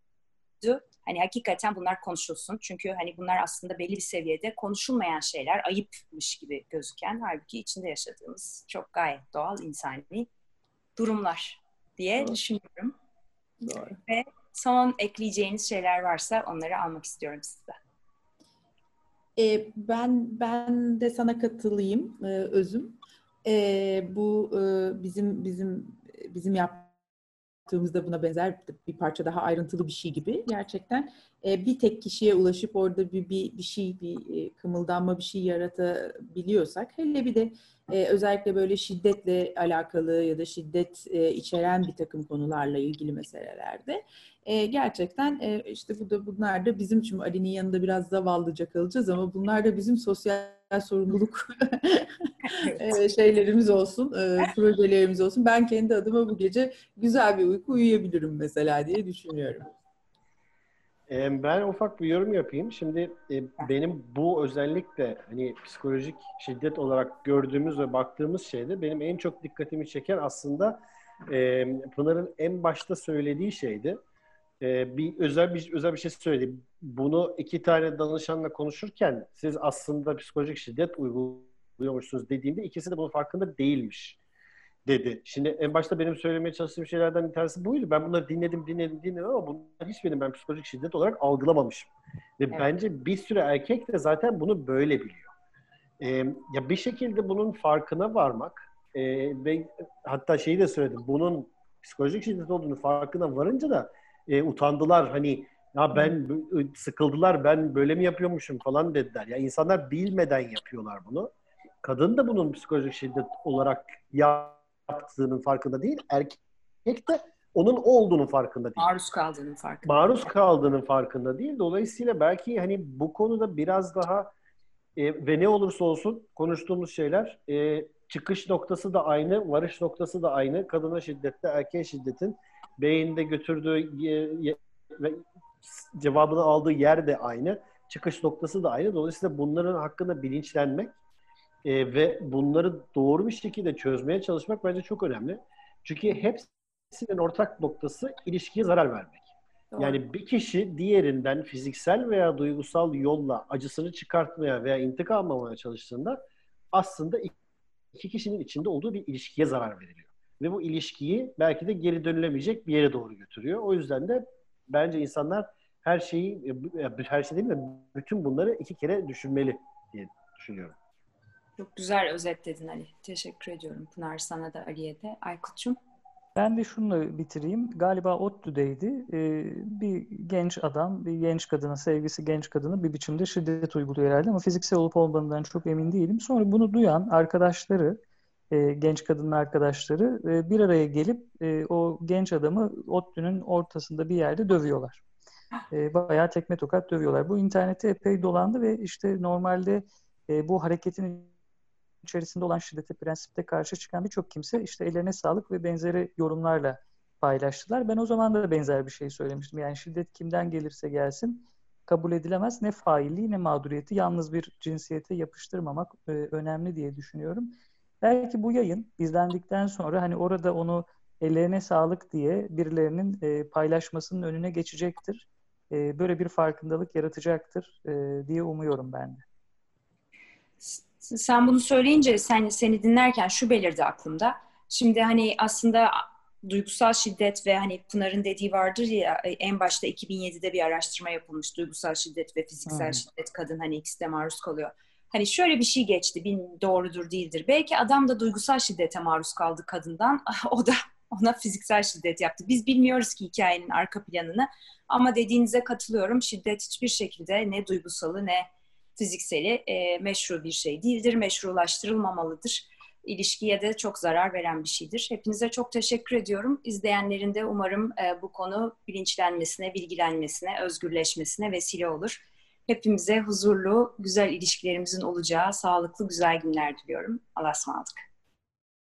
Hani hakikaten bunlar konuşulsun. Çünkü hani bunlar aslında belli bir seviyede konuşulmayan şeyler, ayıpmış gibi gözüken, halbuki içinde yaşadığımız çok gayet doğal insani durumlar diye Doğru. düşünüyorum. Doğru. Ve son ekleyeceğiniz şeyler varsa onları almak istiyorum sizden. E, ben ben de sana katılayım e, Özüm. E, bu e, bizim bizim bizim yaptığımızda buna benzer bir parça daha ayrıntılı bir şey gibi. Gerçekten e, bir tek kişiye ulaşıp orada bir bir, bir şey, bir e, kımıldanma, bir şey yaratabiliyorsak, hele bir de e, özellikle böyle şiddetle alakalı ya da şiddet e, içeren bir takım konularla ilgili meselelerde e, gerçekten e, işte bu da bunlar da bizim, için Ali'nin yanında biraz zavallıca kalacağız ama bunlar da bizim sosyal sorumluluk e, şeylerimiz olsun, e, projelerimiz olsun. Ben kendi adıma bu gece güzel bir uyku uyuyabilirim mesela diye düşünüyorum. Ee, Ben ufak bir yorum yapayım. Şimdi e, benim bu özellikle hani psikolojik şiddet olarak gördüğümüz ve baktığımız şeyde benim en çok dikkatimi çeken aslında e, Pınar'ın en başta söylediği şeydi. E, bir özel bir özel bir şey söyledi. Bunu iki tane danışanla konuşurken siz aslında psikolojik şiddet uyguluyormuşsunuz dediğimde ikisi de bunun farkında değilmiş dedi. Şimdi en başta benim söylemeye çalıştığım şeylerden bir tanesi buydu. Ben bunları dinledim, dinledim, dinledim ama bunlar hiçbirini ben psikolojik şiddet olarak algılamamışım. Ve Evet. bence bir sürü erkek de zaten bunu böyle biliyor. Ee, ya bir şekilde bunun farkına varmak e, ve hatta şeyi de söyledim. Bunun psikolojik şiddet olduğunu farkına varınca da e, utandılar. Hani ya ben sıkıldılar, ben böyle mi yapıyormuşum falan dediler. Ya insanlar bilmeden yapıyorlar bunu. Kadın da bunun psikolojik şiddet olarak ya yaptığının farkında değil. Erkek de onun o olduğunun farkında değil. Maruz kaldığının farkında. Maruz kaldığının farkında değil. Dolayısıyla belki hani bu konuda biraz daha e, ve ne olursa olsun konuştuğumuz şeyler e, çıkış noktası da aynı, varış noktası da aynı. Kadına şiddetle erkeğe şiddetin beyinde götürdüğü e, ve cevabını aldığı yer de aynı. Çıkış noktası da aynı. Dolayısıyla bunların hakkında bilinçlenmek E, ve bunları doğru bir şekilde çözmeye çalışmak bence çok önemli. Çünkü hepsinin ortak noktası ilişkiye zarar vermek. Doğru. Yani bir kişi diğerinden fiziksel veya duygusal yolla acısını çıkartmaya veya intikam almaya çalıştığında aslında iki kişinin içinde olduğu bir ilişkiye zarar veriliyor. Ve bu ilişkiyi belki de geri dönülemeyecek bir yere doğru götürüyor. O yüzden de bence insanlar her şeyi, her şey değil de bütün bunları iki kere düşünmeli diye düşünüyorum. Çok güzel özetledin Ali. Teşekkür ediyorum Pınar, sana da Ali'ye de. Aykut'cum. Ben de şununla bitireyim. Galiba ODTÜ'deydi. Ee, bir genç adam, bir genç kadına, sevgisi genç kadına bir biçimde şiddet uyguluyor herhalde ama fiziksel olup olmadığından çok emin değilim. Sonra bunu duyan arkadaşları, e, genç kadının arkadaşları e, bir araya gelip e, o genç adamı ODTÜ'nün ortasında bir yerde dövüyorlar. E, bayağı tekme tokat dövüyorlar. Bu internette epey dolandı ve işte normalde e, bu hareketin içerisinde olan şiddete prensipte karşı çıkan birçok kimse işte ellerine sağlık ve benzeri yorumlarla paylaştılar. Ben o zaman da benzer bir şey söylemiştim. Yani şiddet kimden gelirse gelsin kabul edilemez. Ne failliği ne mağduriyeti yalnız bir cinsiyete yapıştırmamak e, önemli diye düşünüyorum. Belki bu yayın izlendikten sonra hani orada onu ellerine sağlık diye birilerinin e, paylaşmasının önüne geçecektir. E, böyle bir farkındalık yaratacaktır e, diye umuyorum ben de. Sen bunu söyleyince sen, seni dinlerken şu belirdi aklımda. Şimdi hani aslında duygusal şiddet ve hani Pınar'ın dediği vardır ya, en başta iki bin yedide bir araştırma yapılmış. Duygusal şiddet ve fiziksel hmm. şiddet, kadın hani ikisi de maruz kalıyor. Hani şöyle bir şey geçti, bilmiyorum doğrudur değildir. Belki adam da duygusal şiddete maruz kaldı kadından. O da ona fiziksel şiddet yaptı. Biz bilmiyoruz ki hikayenin arka planını. Ama dediğinize katılıyorum. Şiddet hiçbir şekilde ne duygusalı ne fizikseli e, meşru bir şey değildir. Meşrulaştırılmamalıdır. İlişkiye de çok zarar veren bir şeydir. Hepinize çok teşekkür ediyorum. İzleyenlerin de umarım e, bu konu bilinçlenmesine, bilgilenmesine, özgürleşmesine vesile olur. Hepimize huzurlu, güzel ilişkilerimizin olacağı, sağlıklı, güzel günler diliyorum. Allah'a ısmarladık.